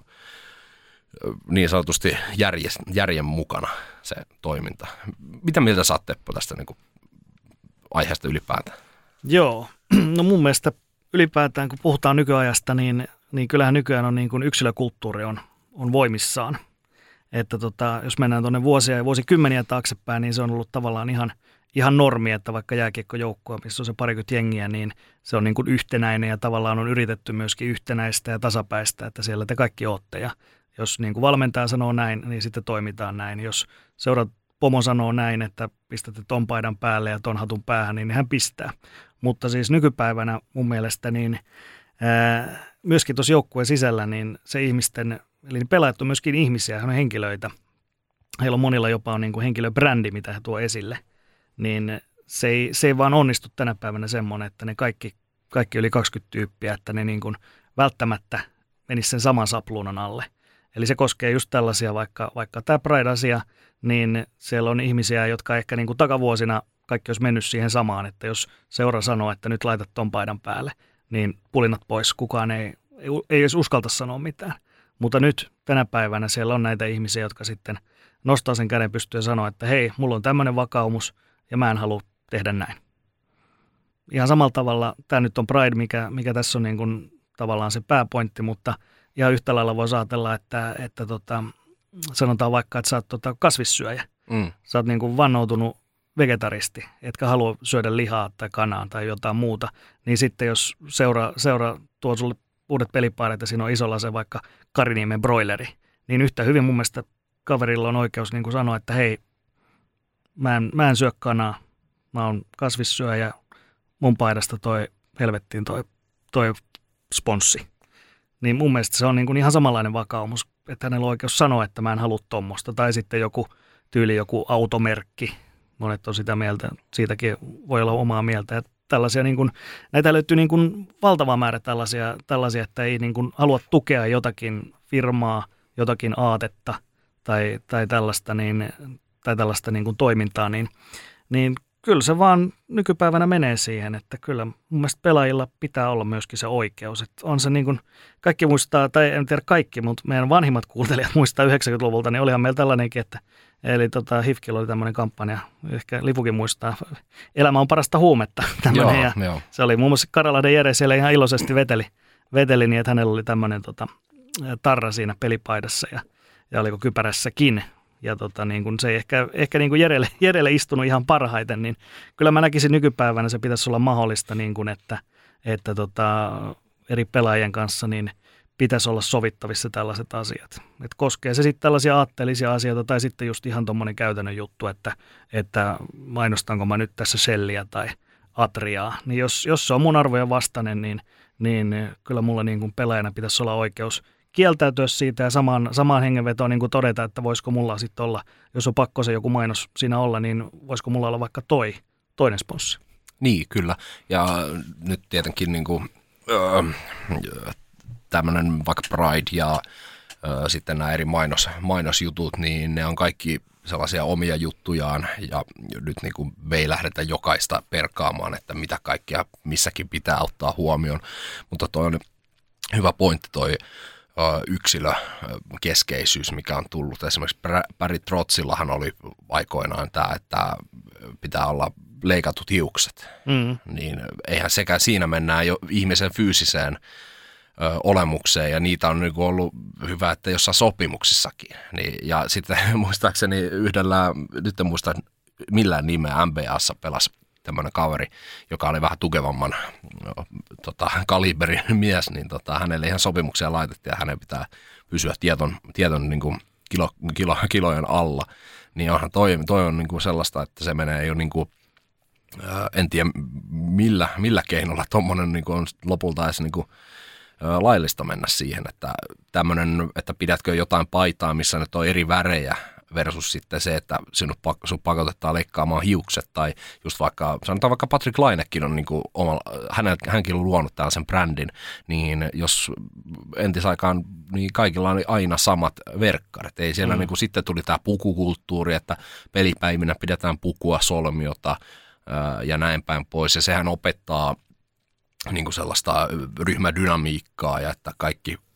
niin sanotusti järjen mukana se toiminta. Mitä mieltä sä oot, Teppo, tästä aiheesta ylipäätään? Joo, no mun mielestä ylipäätään kun puhutaan nykyajasta, niin kyllähän nykyään on niin kuin yksilökulttuuri on voimissaan. Että jos mennään tuonne vuosia ja vuosikymmeniä taaksepäin, niin se on ollut tavallaan ihan normi, että vaikka jääkiekkojoukkue, missä on se parikymmentä jengiä, niin se on niin kuin yhtenäinen ja tavallaan on yritetty myöskin yhtenäistä ja tasapäistä, että siellä te kaikki ootte. Ja jos niin kuin valmentaja sanoo näin, niin sitten toimitaan näin. Jos seurat pomo sanoo näin, että pistätte ton paidan päälle ja ton hatun päähän, niin hän pistää. Mutta siis nykypäivänä mun mielestä niin myöskin tuossa joukkueen sisällä niin se ihmisten, eli pelaajat on myöskin ihmisiä, he on henkilöitä. Heillä on monilla jopa niin kuin henkilöbrändi, mitä he tuo esille. Niin se ei vaan onnistu tänä päivänä semmoinen, että ne kaikki yli 20 tyyppiä, että ne niin kuin välttämättä menisi sen saman sapluunan alle. Eli se koskee just tällaisia, vaikka tämä Pride-asia, niin siellä on ihmisiä, jotka ehkä niin kuin takavuosina kaikki olisi mennyt siihen samaan, että jos seura sanoo, että nyt laitat ton paidan päälle, niin pulinat pois, kukaan ei edes uskalta sanoa mitään. Mutta nyt tänä päivänä siellä on näitä ihmisiä, jotka sitten nostaa sen käden pystyyn ja sanoo, että hei, mulla on tämmöinen vakaumus ja mä en halua tehdä näin. Ihan samalla tavalla tämä nyt on Pride, mikä tässä on niin kuin tavallaan se pääpointti, mutta ihan yhtä lailla voisi ajatella, että sanotaan vaikka, että sä oot kasvissyöjä. Sä oot niin kuin vannoutunut vegetaristi, etkä halua syödä lihaa tai kanaa tai jotain muuta, niin sitten jos seura tuo sulle uudet pelipaidat ja siinä on isolla se vaikka Kariniemen broileri, niin yhtä hyvin mun mielestä kaverilla on oikeus niin kuin sanoa, että hei, mä en syö kanaa, mä oon kasvissyöjä, mun paidasta toi helvettiin toi sponssi. Niin mun mielestä se on niin kuin ihan samanlainen vakaumus, että hänellä on oikeus sanoa, että mä en halua tommosta. Tai sitten joku automerkki. Monet on sitä mieltä, siitäkin voi olla omaa mieltä. Että tällaisia niin kuin, näitä löytyy niin kuin valtava määrä tällaisia, että ei niin kuin halua tukea jotakin firmaa, jotakin aatetta tai tällaista, tällaista niin kuin toimintaa, niin kyllä se vaan nykypäivänä menee siihen, että kyllä mun mielestä pelaajilla pitää olla myöskin se oikeus. Että on se niin kuin, kaikki muistaa, tai en tiedä kaikki, mutta meidän vanhimmat kuuntelijat muistaa 90-luvulta, niin olihan meillä tällainenkin, että eli HIFKilla oli tämmöinen kampanja, ehkä Lipukin muistaa, elämä on parasta huumetta. Joo. Se oli muun muassa Karalahden Jere siellä ihan iloisesti veteli niin, että hänellä oli tämmöinen tarra siinä pelipaidassa ja oliko kypärässäkin. Ja niin kun se ei ehkä niin kun Jerelle istunut ihan parhaiten, niin kyllä mä näkisin nykypäivänä se pitäisi olla mahdollista, niin kun että eri pelaajien kanssa niin pitäisi olla sovittavissa tällaiset asiat. Et koskee se sitten tällaisia aatteellisia asioita tai sitten just ihan tuommoinen käytännön juttu, että mainostanko mä nyt tässä Shellia tai Atriaa. Niin jos se on mun arvojen vastainen, niin kyllä mulla niin kun pelaajana pitäisi olla oikeus kieltäytyä siitä ja samaan hengenvetoon niin kuin todeta, että voisiko mulla sitten olla, jos on pakko se joku mainos siinä olla, niin voisiko mulla olla vaikka toinen sponssi. Niin, kyllä. Ja nyt tietenkin niin kuin, tämmöinen vaikka Pride ja sitten nämä eri mainosjutut, niin ne on kaikki sellaisia omia juttujaan ja nyt niin kuin me ei lähdetä jokaista perkaamaan, että mitä kaikkea missäkin pitää ottaa huomioon, mutta toi on hyvä pointti toi yksilökeskeisyys, mikä on tullut. Esimerkiksi Barry Trotsillahan oli aikoinaan tämä, että pitää olla leikatut hiukset. Niin eihän sekä siinä mennään jo ihmisen fyysiseen olemukseen, ja niitä on niinku ollut hyvä, että jossain sopimuksissakin. Niin, ja sitten muistaakseni nyt en muista millään nimeä, NBA:ssa pelasi tämmöinen kaveri, joka oli vähän tukevamman kaliberin mies, niin hänelle ihan sopimuksia laitettiin ja hänen pitää pysyä tieton niin kuin kilojen alla. Niin onhan toi on niin kuin sellaista, että se menee jo niin kuin, en tiedä millä keinolla tuommoinen niin kuin on lopulta edes niin kuin laillista mennä siihen, että tämmöinen, että pidätkö jotain paitaa, missä nyt on eri värejä, versus sitten se, että sinut pakotetaan leikkaamaan hiukset, tai just sanotaan vaikka Patrick Lainekin on niin kuin hänkin on luonut tällaisen brändin, niin jos entisaikaan, niin kaikilla on aina samat verkkarit. Ei siellä niin kuin sitten tuli tämä pukukulttuuri, että pelipäivinä pidetään pukua, solmiota ja näin päin pois, ja sehän opettaa niin kuin sellaista ryhmädynamiikkaa ja että kaikki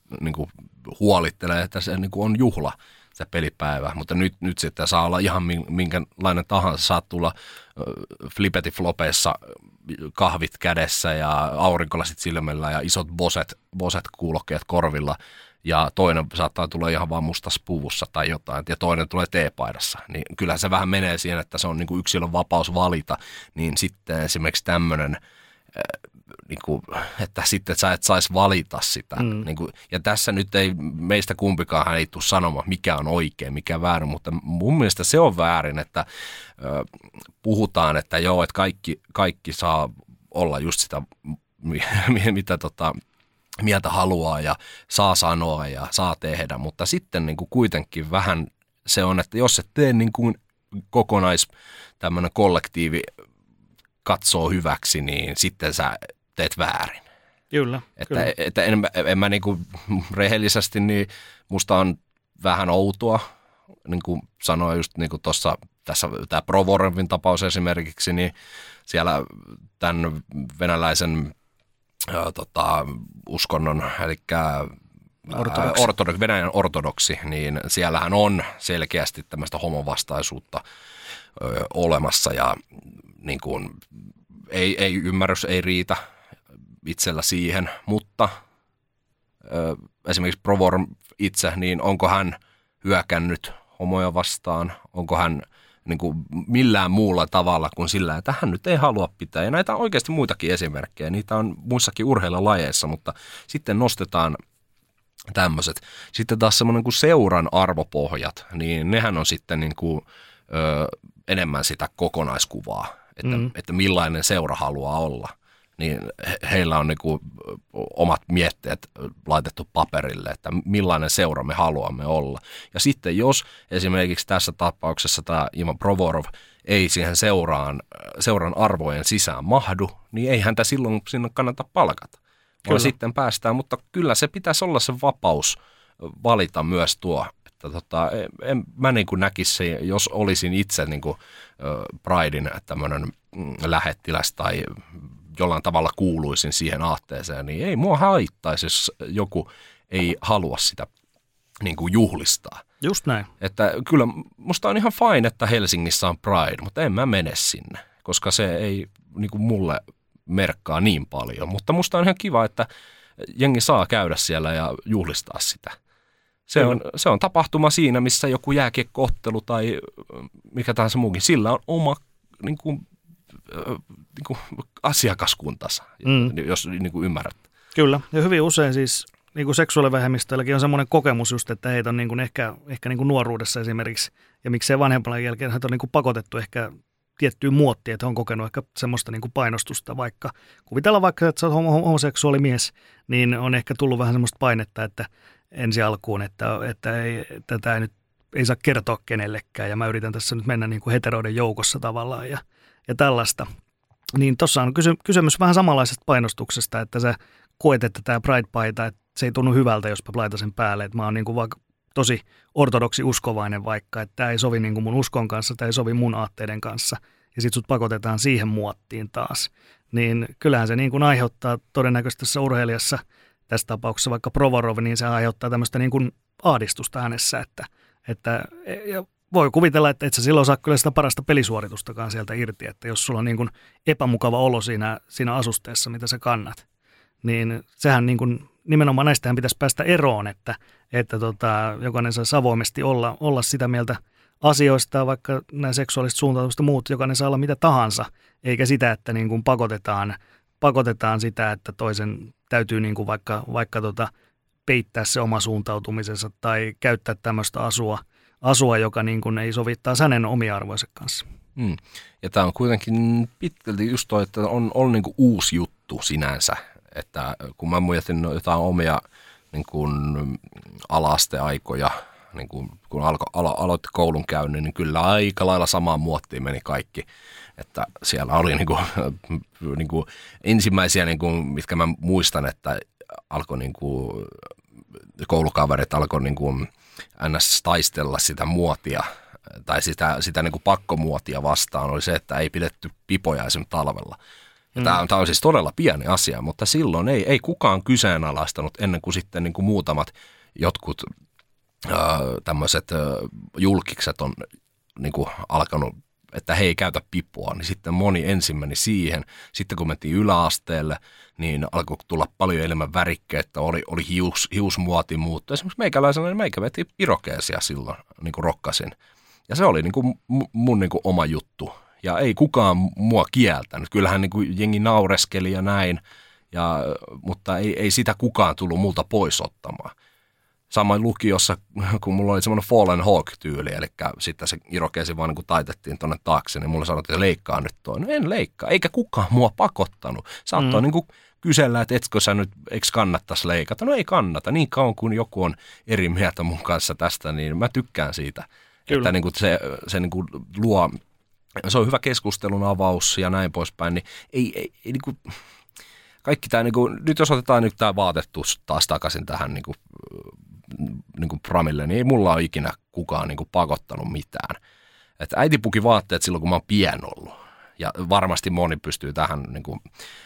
niin kuin huolittelee, että se niin kuin on juhla se pelipäivä, mutta nyt sitten saa olla ihan minkälainen tahansa, saat tulla flipetiflopeissa kahvit kädessä ja aurinkolasit silmällä ja isot boset kuulokkeet korvilla ja toinen saattaa tulla ihan vaan mustassa puvussa tai jotain ja toinen tulee teepaidassa, niin kyllähän se vähän menee siihen, että se on niin kuin yksilön vapaus valita, niin sitten esimerkiksi tämmöinen niin kuin, että sitten sä et saisi valita sitä. Niin kuin, ja tässä nyt ei meistä kumpikaan ei tule sanomaan, mikä on oikein, mikä väärin, mutta mun mielestä se on väärin, että puhutaan, että joo, että kaikki saa olla just sitä, mitä mieltä haluaa ja saa sanoa ja saa tehdä, mutta sitten niin kuin kuitenkin vähän se on, että jos et tee niin kuin tämmöinen kollektiivi katsoo hyväksi, niin sitten sä teet väärin. Kyllä. Että en mä niinku rehellisesti, niin musta on vähän outoa, niin kuin sanoin just niin kuin tässä tämä Provorovin tapaus esimerkiksi, niin siellä tämän venäläisen uskonnon, eli Venäjän ortodoksi, niin siellähän on selkeästi tämmöistä homovastaisuutta olemassa ja niin kuin, ei ymmärrys ei riitä itsellä siihen, mutta esimerkiksi Provorov itse, niin onko hän hyökännyt homoja vastaan, onko hän niin kuin millään muulla tavalla kuin sillä, että hän nyt ei halua pitää. Ja näitä on oikeasti muitakin esimerkkejä, niitä on muissakin urheilulajeissa, mutta sitten nostetaan tämmöiset. Sitten taas semmoinen kuin seuran arvopohjat, niin nehän on sitten niin kuin, enemmän sitä kokonaiskuvaa, että millainen seura haluaa olla. Niin heillä on niin kuin omat mietteet laitettu paperille, että millainen seura me haluamme olla. Ja sitten jos esimerkiksi tässä tapauksessa tämä Ivan Provorov ei siihen seuran arvojen sisään mahdu, niin ei häntä silloin sinne kannata palkata. Vaan sitten päästään, mutta kyllä se pitäisi olla se vapaus valita myös tuo. En mä niin kuin näkisi, jos olisin itse niin kuin Pridein tämmöinen lähettiläs tai jollain tavalla kuuluisin siihen aatteeseen, niin ei mua haittaisi, jos joku ei halua sitä niin kuin juhlistaa. Just näin. Että kyllä musta on ihan fine, että Helsingissä on Pride, mutta en mä mene sinne, koska se ei niin kuin mulle merkkaa niin paljon. Mutta musta on ihan kiva, että jengi saa käydä siellä ja juhlistaa sitä. Se on tapahtuma siinä, missä joku jääkiekkoottelu tai mikä tahansa muukin. Sillä on oma niin kuin asiakaskuntansa, jos niin kuin ymmärrät. Kyllä, ja hyvin usein siis niin kuin seksuaalivähemmistöilläkin on semmoinen kokemus just, että heitä on niin kuin ehkä niin kuin nuoruudessa esimerkiksi, ja miksei vanhempana jälkeen heitä on niin kuin pakotettu ehkä tiettyyn muottiin, että on kokenut ehkä semmoista niin kuin painostusta, vaikka kuvitellaan vaikka, että sä oot homoseksuaalimies, niin on ehkä tullut vähän semmoista painetta, että ensi alkuun, että tätä ei saa kertoa kenellekään, ja mä yritän tässä nyt mennä niin kuin heteroiden joukossa tavallaan, ja tällaista. Niin tuossa on kysymys vähän samanlaisesta painostuksesta, että sä koet, että tämä Pride-paita, että se ei tunnu hyvältä, jos mä laitan sen päälle, että mä oon niin kuin vaikka tosi ortodoksi uskovainen vaikka, että tämä ei sovi niin kuin mun uskon kanssa, tämä ei sovi mun aatteiden kanssa, ja sit sut pakotetaan siihen muottiin taas. Niin kyllähän se niin kuin aiheuttaa todennäköisesti tässä urheilijassa, tässä tapauksessa vaikka Provorov, niin se aiheuttaa tämmöistä niin kuin ahdistusta hänessä, että ja voi kuvitella, että et sä silloin saa kyllä sitä parasta pelisuoritustakaan sieltä irti, että jos sulla on niin kuin epämukava olo siinä asusteessa, mitä sä kannat, niin sehän niin kuin, nimenomaan näistähän pitäisi päästä eroon, että jokainen saisi avoimesti olla sitä mieltä asioista, vaikka nämä seksuaaliset suuntautumista muut, jokainen saa olla mitä tahansa, eikä sitä, että niin kuin pakotetaan sitä, että toisen täytyy niin kuin vaikka peittää se oma suuntautumisensa tai käyttää tämmöistä asua, joka niin kuin ei sovittaa hänen omia arvojensa kanssa. Ja tämä on kuitenkin pitkälti just toi, että on niin kuin uusi juttu sinänsä, että kun mä mietin jotain omia niin kuin ala-asteaikoja, niin kun aloitti koulun käynnin, niin kyllä aika lailla samaan muottiin meni kaikki. Että siellä oli niin kuin ensimmäisiä, niin kuin, mitkä mä muistan, että alkoi niin kuin, koulukaverit alkoi niin kuin ns. Taistella sitä muotia tai sitä niin kuin pakkomuotia vastaan, oli se, että ei pidetty pipoja esimerkiksi talvella. Tämä on siis todella pieni asia, mutta silloin ei kukaan kyseenalaistanut ennen kuin sitten niin kuin muutamat jotkut tämmöiset julkikset on niin kuin alkanut, että he ei käytä pipoa, niin sitten moni ensin meni siihen. Sitten kun mentiin yläasteelle, niin alkoi tulla paljon enemmän värikkeitä, oli hiusmuoti muuttu. Esimerkiksi meikäläisenä, niin meikä veti irokeesia silloin, niin kuin rokkasin. Ja se oli niin kuin mun niin kuin oma juttu. Ja ei kukaan mua kieltänyt. Kyllähän niin kuin jengi naureskeli ja näin, mutta ei sitä kukaan tullut multa pois ottamaan. Samoin lukiossa, kun mulla oli semmoinen Fallen Hawk-tyyli, eli sitten se irokeesi vaan niin kun taitettiin tuonne taakse, niin mulle sanottiin, että leikkaa nyt toi. No en leikkaa, eikä kukaan mua pakottanut. Saattoi niin kuin kysellä, että eikö kannattaisi leikata. No ei kannata, niin kauan kuin joku on eri mieltä mun kanssa tästä, niin mä tykkään siitä. Kyllä. Että niin kuin se niin kuin luo, se on hyvä keskustelun avaus ja näin poispäin, niin ei niin kuin, kaikki tämä, niin kuin, nyt jos otetaan nyt tämä vaatetus taas takaisin tähän niin kuin Pramille, niin ei mulla ole ikinä kukaan niin kuin pakottanut mitään. Että äiti puki vaatteet silloin, kun mä oon pien ollut. Ja varmasti moni pystyy tähän niin kuin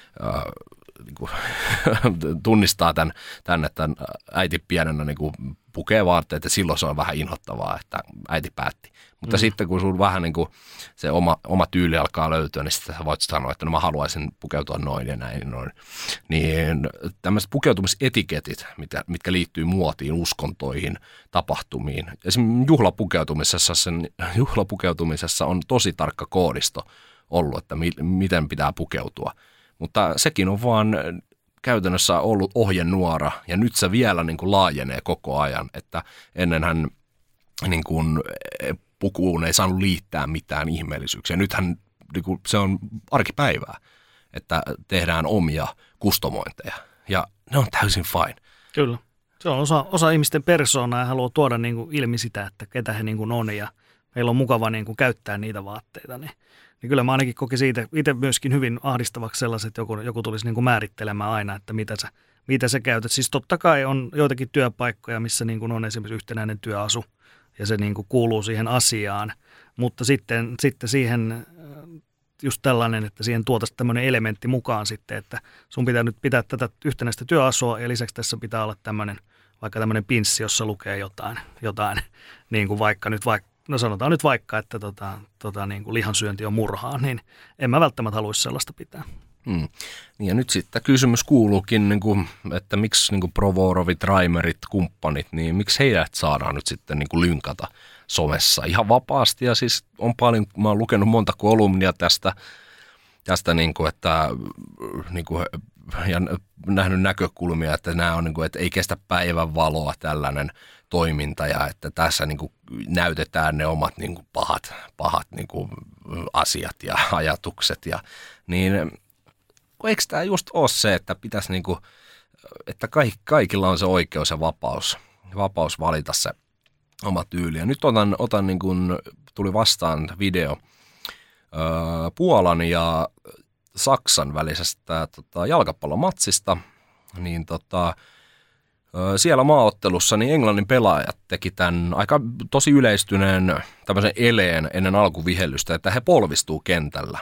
tunnistaa tämän, että äiti pienenä niin kuin pukee vaatteet ja silloin se on vähän inhottavaa, että äiti päätti. Mutta sitten kun sun vähän niin kuin se oma tyyli alkaa löytyä, niin sitten sä voit sanoa, että no mä haluaisin pukeutua noin ja näin. Noin. Niin tämmöiset pukeutumisetiketit, mitkä liittyy muotiin, uskontoihin, tapahtumiin. Esimerkiksi juhlapukeutumisessa on tosi tarkka koodisto ollut, että miten pitää pukeutua. Mutta sekin on vaan käytännössä ollut ohjenuora ja nyt se vielä niin kuin laajenee koko ajan, että ennenhän niin kuin pukuun ei saanut liittää mitään ihmeellisyyksiä. Nythän niin kuin se on arkipäivää, että tehdään omia kustomointeja ja ne on täysin fine. Kyllä. Se on osa ihmisten persoonaa ja haluaa tuoda niin kuin ilmi sitä, että ketä he niin kuin on ja meillä on mukava niin kuin käyttää niitä vaatteita. Niin kyllä mä ainakin kokin siitä itse myöskin hyvin ahdistavaksi sellaiset, että joku tulisi niin kuin määrittelemään aina, että mitä sä käytät. Siis totta kai on joitakin työpaikkoja, missä niin kuin on esimerkiksi yhtenäinen työasu ja se niin kuin kuuluu siihen asiaan, mutta sitten siihen just tällainen, että siihen tuotaisiin tämmöinen elementti mukaan sitten, että sun pitää nyt pitää tätä yhtenäistä työasua ja lisäksi tässä pitää olla vaikka tämmöinen pinssi, jossa lukee jotain niin kuin no sanotaan nyt vaikka, että niin kuin lihansyönti on murhaa, niin en mä välttämättä haluaisi sellaista pitää. Niin ja nyt sitten kysymys kuuluukin, niin kuin, että miksi niin kuin Provorovit, Raimerit, kumppanit, niin miksi heidät saadaan nyt sitten niin kuin lynkata somessa ihan vapaasti. Ja siis on paljon, mä oon lukenut monta kolumnia tästä niin kuin, että niin kuin, ja nähnyt näkökulmia, että nämä on niin kuin, että ei kestä päivän valoa tällainen toiminta ja että tässä niin kuin näytetään ne omat niin kuin pahat niin kuin asiat ja ajatukset ja niin eikö tämä just ole se, että pitäisi niin kuin, että kaikilla on se oikeus ja vapaus valita se oma tyyli. Ja nyt otan niin kuin, tuli vastaan video Puolan ja Saksan välisestä jalkapallomatsista, niin siellä maaottelussa niin Englannin pelaajat teki tämän aika tosi yleistyneen tämmöisen eleen ennen alkuvihellystä, että he polvistuu kentällä.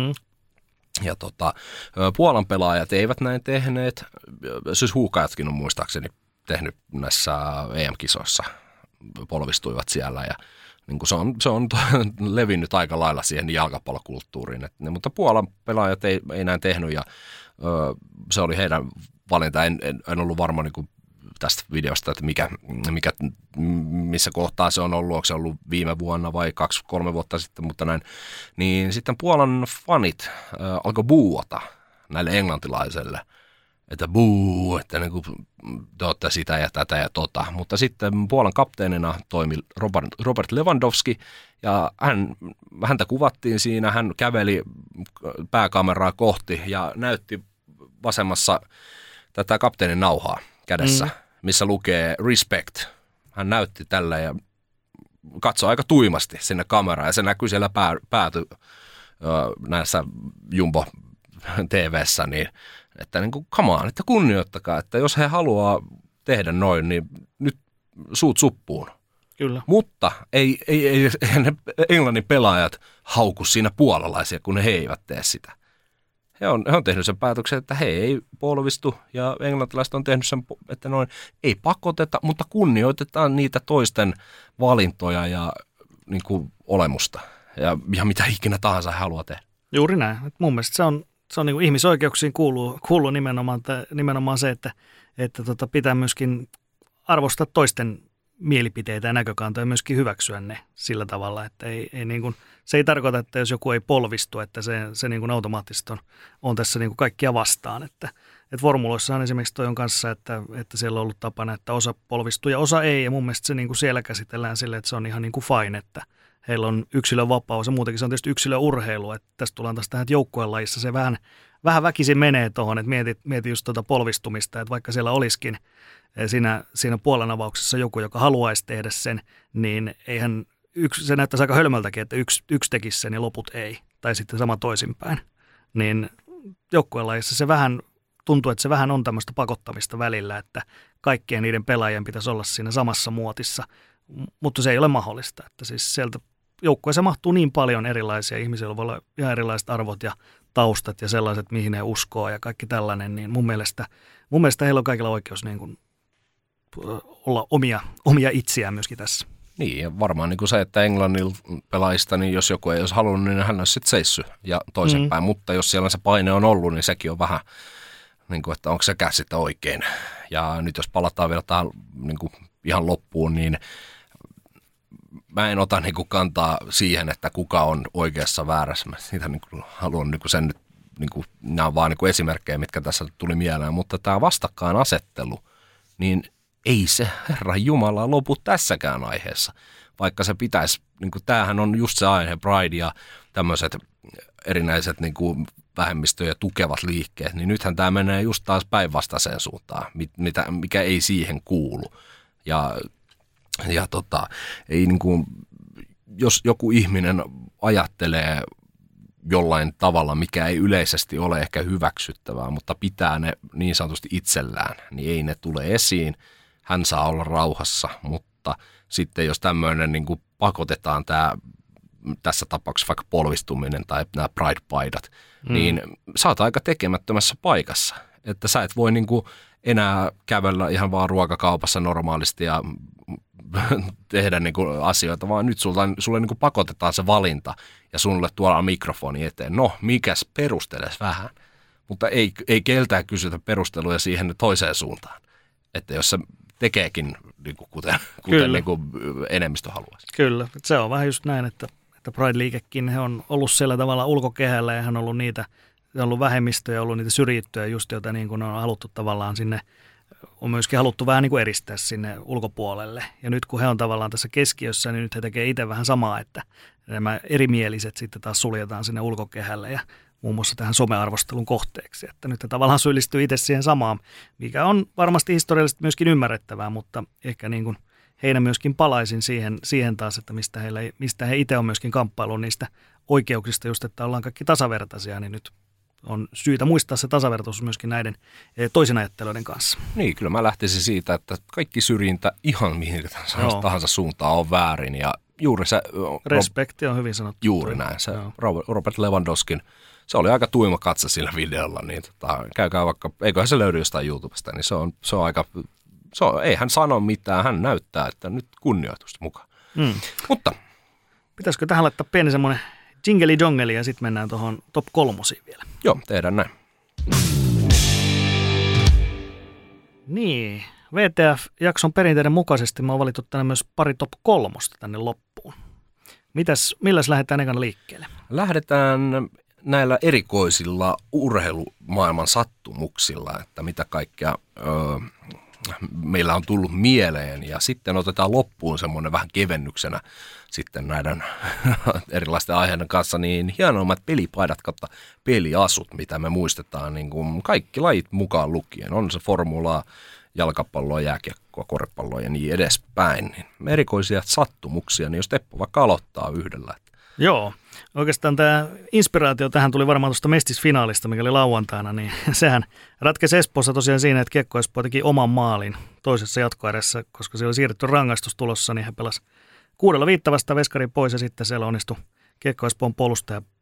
Ja Puolan pelaajat eivät näin tehneet, siis huuhkajatkin on muistaakseni tehnyt näissä EM-kisoissa, polvistuivat siellä ja niin kuin se on levinnyt aika lailla siihen jalkapallokulttuuriin. Mutta Puolan pelaajat ei näin tehnyt ja se oli heidän valinta. En ollut varma niin kuin tästä videosta, että missä kohtaa se on ollut, onko se ollut viime vuonna vai 2-3 vuotta sitten, mutta näin. Niin sitten Puolan fanit alkoi buuata näille englantilaisille, että buu, että niin kuin, te olette sitä ja tätä ja tota. Mutta sitten Puolan kapteenina toimi Robert Lewandowski ja häntä kuvattiin siinä, hän käveli pääkameraa kohti ja näytti vasemmassa tätä kapteenin nauhaa kädessä, missä lukee respect. Hän näytti tällä ja katsoi aika tuimasti sinne kameraan ja se näkyy siellä pääty näissä Jumbo TV:ssä, niin että niin kuin, come on, että kunnioittakaa, että jos he haluaa tehdä noin, niin nyt suut suppuun. Kyllä. Mutta ei ne Englannin pelaajat hauku siinä puolalaisia, kun he eivät tee sitä. He on tehnyt sen päätöksen, että he ei polvistu, ja englantilaiset on tehnyt sen, että noin ei pakoteta, mutta kunnioitetaan niitä toisten valintoja ja niin kuin olemusta ja mitä ikinä tahansa he haluaa tehdä. Juuri näin. Mun mielestä se on niin kuin ihmisoikeuksiin kuuluu nimenomaan se, että pitää myöskin arvostaa toisten mielipiteitä ja näkökantoja ja myöskin hyväksyä ne sillä tavalla, että ei niin kuin, se ei tarkoita, että jos joku ei polvistu, että se niin kuin automaattisesti on tässä niin kuin kaikkia vastaan. Että formuloissahan esimerkiksi toi on kanssa, että siellä on ollut tapana, että osa polvistuu ja osa ei, ja mun mielestä se niin kuin siellä käsitellään silleen, että se on ihan niin kuin fine, että heillä on yksilön vapaus ja muutenkin se on tietysti yksilöurheilu, että tästä tullaan taas tähän joukkuelajissa, se vähän väkisin menee tuohon, että mieti just tuota polvistumista, että vaikka siellä olisikin siinä puolen avauksessa joku, joka haluaisi tehdä sen, niin eihän se näyttäisi aika hölmöltäkin, että yksi tekisi sen ja loput ei, tai sitten sama toisinpäin. Niin joukkuelajissa se vähän tuntuu, että se vähän on tämmöistä pakottamista välillä, että kaikkien niiden pelaajien pitäisi olla siinä samassa muotissa, mutta se ei ole mahdollista. Että siis sieltä joukkueeseen mahtuu niin paljon erilaisia ihmisiä, joilla voi olla ihan erilaiset arvot ja taustat ja sellaiset, mihin he uskoo ja kaikki tällainen, niin mun mielestä heillä on kaikilla oikeus niin kuin olla omia itseään myöskin tässä. Niin, ja varmaan niin kuin se, että Englannin pelaajista, niin jos joku ei olisi halunnut, niin hän olisi sitten seissyt ja toisinpäin. Mutta jos siellä se paine on ollut, niin sekin on vähän, niin kuin, että onko sekään sitten oikein. Ja nyt jos palataan vielä tähän niin kuin ihan loppuun, niin mä en ota niin kuin kantaa siihen, että kuka on oikeassa väärässä. Mä siitä niin kuin haluan niin kuin sen nyt, niin kuin, nämä on vaan niin kuin esimerkkejä, mitkä tässä tuli mieleen. Mutta tämä vastakkainasettelu, niin ei se Herran Jumala lopu tässäkään aiheessa, vaikka se pitäisi, niin kuin tämähän on just se aihe, Pride ja tämmöiset erinäiset niin kuin vähemmistöjä tukevat liikkeet, niin nythän tämä menee just taas päinvastaiseen suuntaan, mikä ei siihen kuulu. Ja ei niin kuin, jos joku ihminen ajattelee jollain tavalla, mikä ei yleisesti ole ehkä hyväksyttävää, mutta pitää ne niin sanotusti itsellään, niin ei ne tule esiin. Hän saa olla rauhassa, mutta sitten jos tämmöinen niin kuin pakotetaan tässä tapauksessa vaikka polvistuminen tai nämä Pride-paidat, niin sä oot aika tekemättömässä paikassa. Että sä et voi niin kuin enää kävellä ihan vaan ruokakaupassa normaalisti ja tehdä niin kuin asioita, vaan nyt sulle niin kuin pakotetaan se valinta ja sulle tuodaan mikrofoni eteen. No, mikäs perusteles vähän, mutta ei keltään kysytä perusteluja siihen toiseen suuntaan. Että jos se tekeekin niin kuin kuten niin kuin enemmistö haluaisi. Kyllä, se on vähän just näin, että Pride-liikekin he on ollut siellä tavalla ulkokehällä ja hän on ollut niitä, on ollut vähemmistöjä, ollut niitä syrjittyjä just, joita niin kuin on haluttu tavallaan sinne, on myöskin haluttu vähän niin kuin eristää sinne ulkopuolelle. Ja nyt kun he on tavallaan tässä keskiössä, niin nyt he tekee itse vähän samaa, että nämä erimieliset sitten taas suljetaan sinne ulkokehälle ja muun muassa tähän somearvostelun kohteeksi. Että nyt he tavallaan syyllistyy itse siihen samaan, mikä on varmasti historiallisesti myöskin ymmärrettävää, mutta ehkä niin kuin heidän myöskin palaisin siihen taas, että mistä he itse on myöskin kamppailuun niistä oikeuksista, just että ollaan kaikki tasavertaisia, niin nyt on syytä muistaa se tasavertaisuus myöskin näiden toisen ajattelijoiden kanssa. Niin, kyllä mä lähtisin siitä, että kaikki syrjintä ihan mihin tahansa suuntaan on väärin ja juuri se... Respekti on hyvin sanottu. Juuri näin, se Robert Lewandowskin, se oli aika tuima katse sillä videolla, niin käykää vaikka, eiköhän se löydy jostain YouTubesta, niin se on aika... ei hän sano mitään, hän näyttää, että nyt kunnioitusta mukaan. Mutta... Pitäisikö tähän laittaa pieni semmoinen jingle-jongeli ja sitten mennään tuohon top 3 vielä? Joo, tehdään näin. Niin, VTF-jakson perinteiden mukaisesti mä oon valittu tänne myös pari top 3 tänne loppuun. Milläs lähdetään ekana liikkeelle? Lähdetään näillä erikoisilla urheilumaailman sattumuksilla, että mitä kaikkea... meillä on tullut mieleen ja sitten otetaan loppuun semmoinen vähän kevennyksenä sitten näiden erilaisten aiheiden kanssa niin hienoimmat pelipaidat kautta peliasut, mitä me muistetaan niin kuin kaikki lajit mukaan lukien. On se formulaa, jalkapalloa, jääkiekkoa, koripalloa ja niin edespäin. Niin erikoisia sattumuksia, niin jos Teppo vaikka aloittaa yhdellä. Joo, oikeastaan tämä inspiraatio tähän tuli varmaan tuosta Mestis-finaalista, mikä oli lauantaina, niin sehän ratkesi Espoossa tosiaan siinä, että Kiekko Espoo teki oman maalin toisessa jatkoerässä, koska siellä oli siirretty rangaistus tulossa, niin he pelasivat 6-5 vastaan veskarin pois ja sitten siellä onnistui Kiekko Espoon puolustaja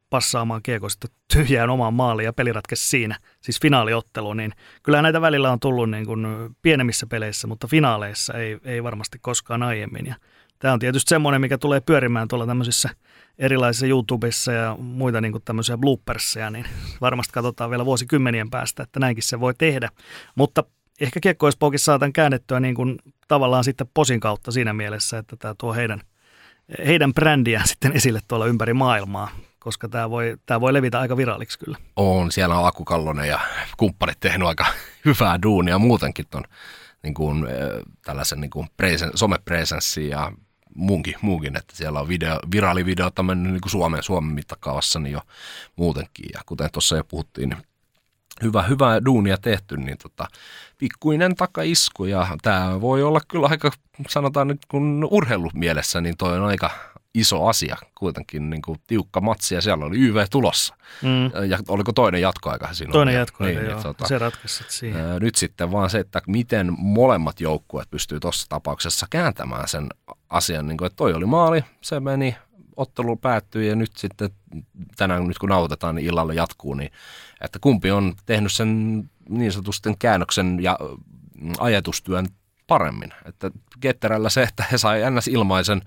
passaamaan kiekko sitten tyhjään omaan maaliin ja peli ratkesi siinä, siis finaaliottelu, niin kyllä näitä välillä on tullut niin kuin pienemmissä peleissä, mutta finaaleissa ei varmasti koskaan aiemmin. Ja tämä on tietysti semmoinen, mikä tulee pyörimään tuolla tämmöisissä erilaisissa YouTubessa ja muita niin kuin tämmöisiä blooperseja, niin varmasti katsotaan vielä vuosikymmenien päästä, että näinkin se voi tehdä. Mutta ehkä Kiekko-Espoonkin saatan käännettyä niin kuin tavallaan sitten posin kautta siinä mielessä, että tämä tuo heidän brändiään sitten esille tuolla ympäri maailmaa, koska tämä voi levitä aika viraaliksi kyllä. Siellä on Aku Kallonen ja kumppanit tehnyt aika hyvää duunia muutenkin ton niin kuin, tällaisen niin kuin somepresenssin ja muunkin, että siellä on viraalivideota mennyt niin kuin Suomen mittakaavassa niin jo muutenkin. Ja kuten tuossa jo puhuttiin, niin hyvää duunia tehty, niin pikkuinen takaisku. Ja tämä voi olla kyllä aika, sanotaan nyt kun urheilumielessä, niin toi on aika iso asia kuitenkin, niin kuin tiukka matsi ja siellä oli YV tulossa. Ja oliko toinen jatkoaika siinä? Toinen jatkoaika, joo. Se ratkaisi siihen. Nyt sitten vaan se, että miten molemmat joukkueet pystyy tuossa tapauksessa kääntämään sen asian, niin kuin, että toi oli maali, se meni, ottelu päättyi ja nyt sitten tänään nyt kun nautetaan, niin illalla jatkuu, niin että kumpi on tehnyt sen niin sanotusti käännöksen ja ajatustyön paremmin. Että Ketterällä se, että he sai ilmaisen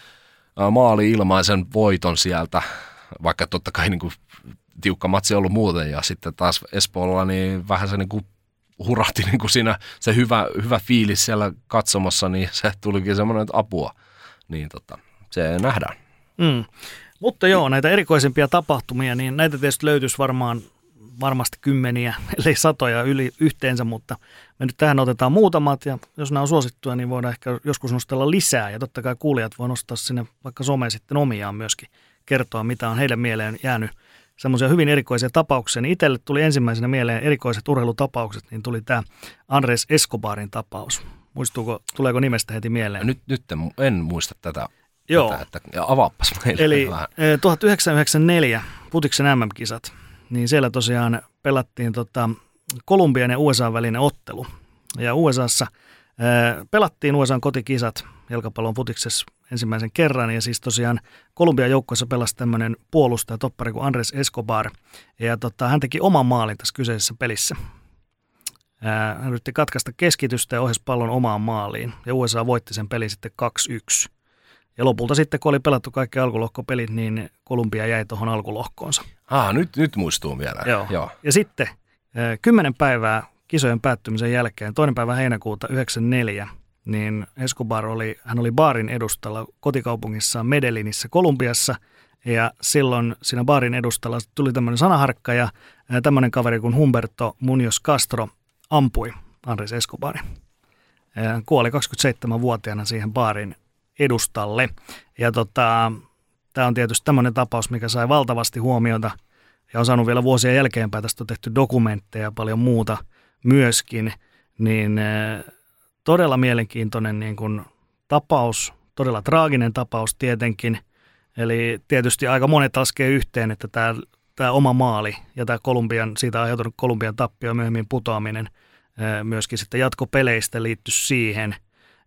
maali-ilmaisen voiton sieltä, vaikka totta kai niin kuin tiukka matsi on ollut muuten, ja sitten taas Espoolla niin vähän se niin kuin hurahti niin kuin siinä se hyvä fiilis siellä katsomassa, niin se tulikin semmoinen apua, niin se nähdään. Mutta joo, näitä erikoisempia tapahtumia, niin näitä tietysti löytyisi varmasti kymmeniä, ellei satoja yhteensä, mutta me nyt tähän otetaan muutamat, ja jos nämä on suosittuja, niin voidaan ehkä joskus nostella lisää, ja totta kai kuulijat voi nostaa sinne vaikka someen sitten omiaan myöskin, kertoa mitä on heidän mieleen jäänyt semmoisia hyvin erikoisia tapauksia, niin itselle tuli ensimmäisenä mieleen erikoiset urheilutapaukset, niin tuli tämä Andrés Escobarin tapaus. Tuleeko nimestä heti mieleen? Nyt en muista tätä. Joo. Avaappas meille. Eli 1994 Futiksen MM-kisat, niin siellä tosiaan pelattiin Kolumbian ja USA välinen ottelu. Ja USAssa pelattiin USAn kotikisat jalkapallon futiksessa ensimmäisen kerran. Ja siis tosiaan Kolumbian joukkueessa pelasi tämmöinen puolustaja toppari kuin Andrés Escobar. Ja hän teki oman maalin tässä kyseisessä pelissä. Hän yritti katkaista keskitystä ja ohjasi pallon omaan maaliin. Ja USA voitti sen pelin sitten 2-1. Ja lopulta sitten, kun oli pelattu kaikki alkulohkopelit, niin Kolumbia jäi tuohon alkulohkoonsa. Nyt muistuu vielä. Joo. Ja sitten 10 päivää kisojen päättymisen jälkeen, 2. päivä heinäkuuta 1994, niin Escobar oli baarin edustalla kotikaupungissaan Medellinissä Kolumbiassa. Ja silloin siinä baarin edustalla tuli tämmöinen sanaharkka ja tämmöinen kaveri kuin Humberto Muñoz Castro ampui Andrés Escobarin. Hän kuoli 27-vuotiaana siihen baarin edustalle. Ja tämä on tietysti tämmöinen tapaus, mikä sai valtavasti huomiota ja on saanut vielä vuosia jälkeenpäin. Tästä on tehty dokumentteja ja paljon muuta myöskin. Niin todella mielenkiintoinen niin kuin tapaus, todella traaginen tapaus tietenkin. Eli tietysti aika monet laskee yhteen, että tämä oma maali ja tämä siitä aiheutunut Kolumbian tappio ja myöhemmin putoaminen myöskin sitten jatkopeleistä liittyi siihen.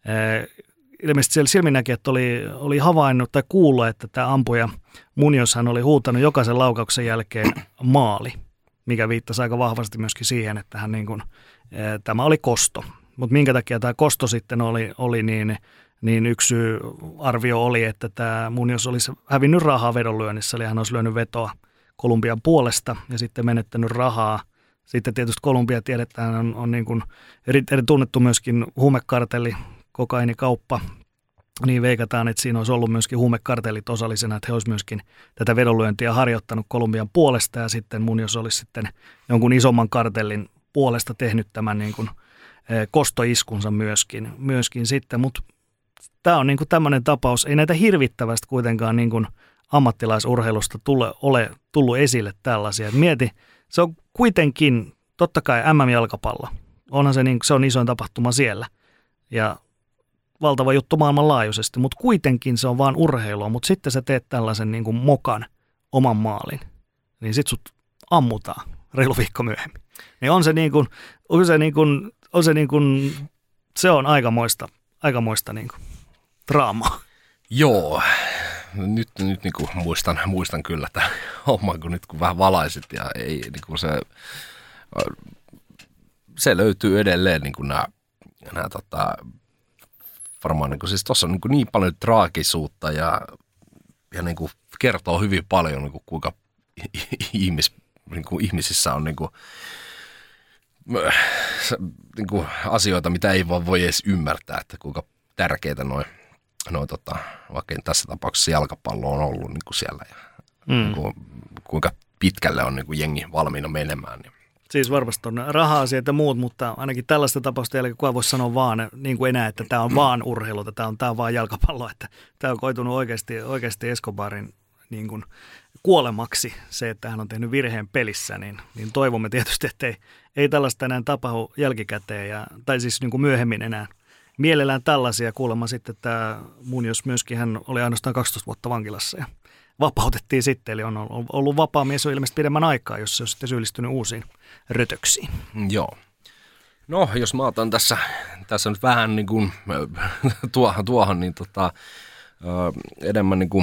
Ilmeisesti siellä silminnäkijät oli havainnut tai kuullut, että tämä ampuja Muñozhan oli huutanut jokaisen laukauksen jälkeen maali, mikä viittasi aika vahvasti myöskin siihen, että tämä oli kosto. Mutta minkä takia tämä kosto sitten oli niin yksi arvio oli, että tämä Muñoz olisi hävinnyt rahaa vedonlyönnissä, eli hän olisi lyönyt vetoa Kolumbian puolesta ja sitten menettänyt rahaa. Sitten tietysti Kolumbia tiedetään on niin kuin eri tunnettu myöskin huumekartelli, kokainikauppa, niin veikataan, että siinä olisi ollut myöskin huumekartellit osallisena, että he olisivat myöskin tätä vedonlyöntiä harjoittanut Kolumbian puolesta ja sitten Muñoz olisi sitten jonkun isomman kartellin puolesta tehnyt tämän niin kuin kostoiskunsa myöskin sitten, mutta tämä on niin kuin tämmöinen tapaus, ei näitä hirvittävästi kuitenkaan niin kuin ammattilaisurheilusta ole tullut esille tällaisia. Mieti, se on kuitenkin, totta kai MM-jalkapallo, onhan se on isoin tapahtuma siellä ja valtava juttu maailmanlaajuisesti, mutta kuitenkin se on vaan urheilua, mutta sitten sä teet tällaisen niin kuin mokan oman maalin, niin sit sut ammutaan reilu viikko myöhemmin. Niin se on aikamoista niin kuin draamaa. Joo, nyt niin kuin muistan kyllä tämän homman, kun vähän valaisit ja ei, niin kuin se löytyy edelleen niin kuin nämä varmaan niin kuin, siis tuossa on niin paljon traagisuutta ja niin kuin kertoo hyvin paljon niin kuin kuinka niin kuin ihmisissä on niin kuin asioita, mitä ei vaan voi edes ymmärtää, että kuinka tärkeitä vaikka tässä tapauksessa jalkapallo on ollut niin kuin siellä ja niin kuin, kuinka pitkälle on niin kuin jengi valmiina menemään. Siis varmasti on raha-asiat ja muut, mutta ainakin tällaista tapausta jälkeen kukaan voisi sanoa vaan, niin kuin enää, että tämä on vaan urheilu, tämä on vaan jalkapallo, että tämä on koitunut oikeasti Escobarin niin kuin kuolemaksi se, että hän on tehnyt virheen pelissä, niin toivomme tietysti, että ei tällaista enää tapahdu jälkikäteen, tai siis niin kuin myöhemmin enää. Mielellään tällaisia kuulemma sitten tämä Munoz myöskin, hän oli ainoastaan 12 vuotta vankilassa ja vapautettiin sitten, eli on ollut vapaa mies on ilmeisesti pidemmän aikaa, jos se on sitten syyllistynyt uusiin rötöksiin. Joo. No, jos mä otan tässä nyt vähän niin kuin tuohon niin enemmän niin kuin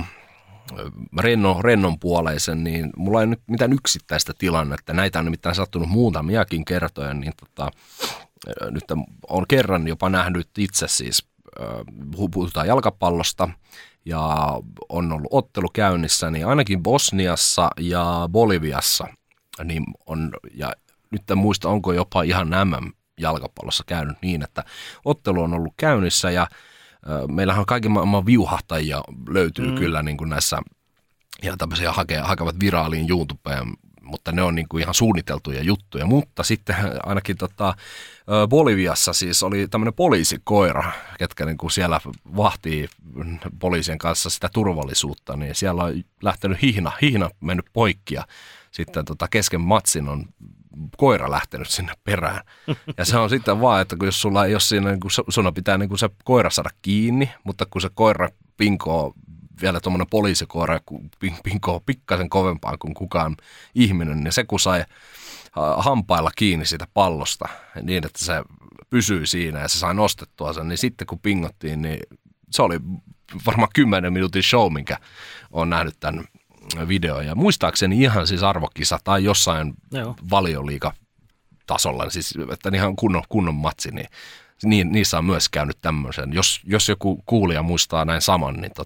rennon puoleisen, niin mulla ei nyt mitään yksittäistä tilannetta. Näitä on nimittäin sattunut muutamiakin kertoja, niin nyt on kerran jopa nähnyt itse siis, puhutaan jalkapallosta, ja on ollut ottelu käynnissä, niin ainakin Bosniassa ja Boliviassa, niin on, ja nyt en muista, onko jopa ihan MM-jalkapallossa käynyt niin, että ottelu on ollut käynnissä, ja meillähän on kaiken maailman viuhahtajia löytyy kyllä niin kuin näissä, ihan tämmöisiä hakevat viraaliin YouTubeen, mutta ne on niin kuin ihan suunniteltuja juttuja, mutta sitten ainakin Boliviassa siis oli tämmöinen poliisikoira, ketkä niin kuin siellä vahtii poliisien kanssa sitä turvallisuutta, niin siellä on lähtenyt hihna mennyt poikki ja sitten kesken matsin on koira lähtenyt sinne perään. Ja se on sitten vaan, että jos sulla ei ole siinä, niin sun pitää niin kuin se koira saada kiinni, mutta kun se koira pinkoo, vielä tuommoinen poliisikoira pinkoo pikkasen kovempaan kuin kukaan ihminen, niin se kun sai hampailla kiinni siitä pallosta niin, että se pysyi siinä ja se sai nostettua sen, niin sitten kun pingottiin, niin se oli varmaan 10 minuutin show, minkä olen nähnyt tämän videon. Ja muistaakseni ihan siis arvokisa tai jossain valioliigatasolla, siis että ihan kunnon matsi, niin niissä on myös käynyt tämmöisen. Jos joku kuulija muistaa näin saman, niin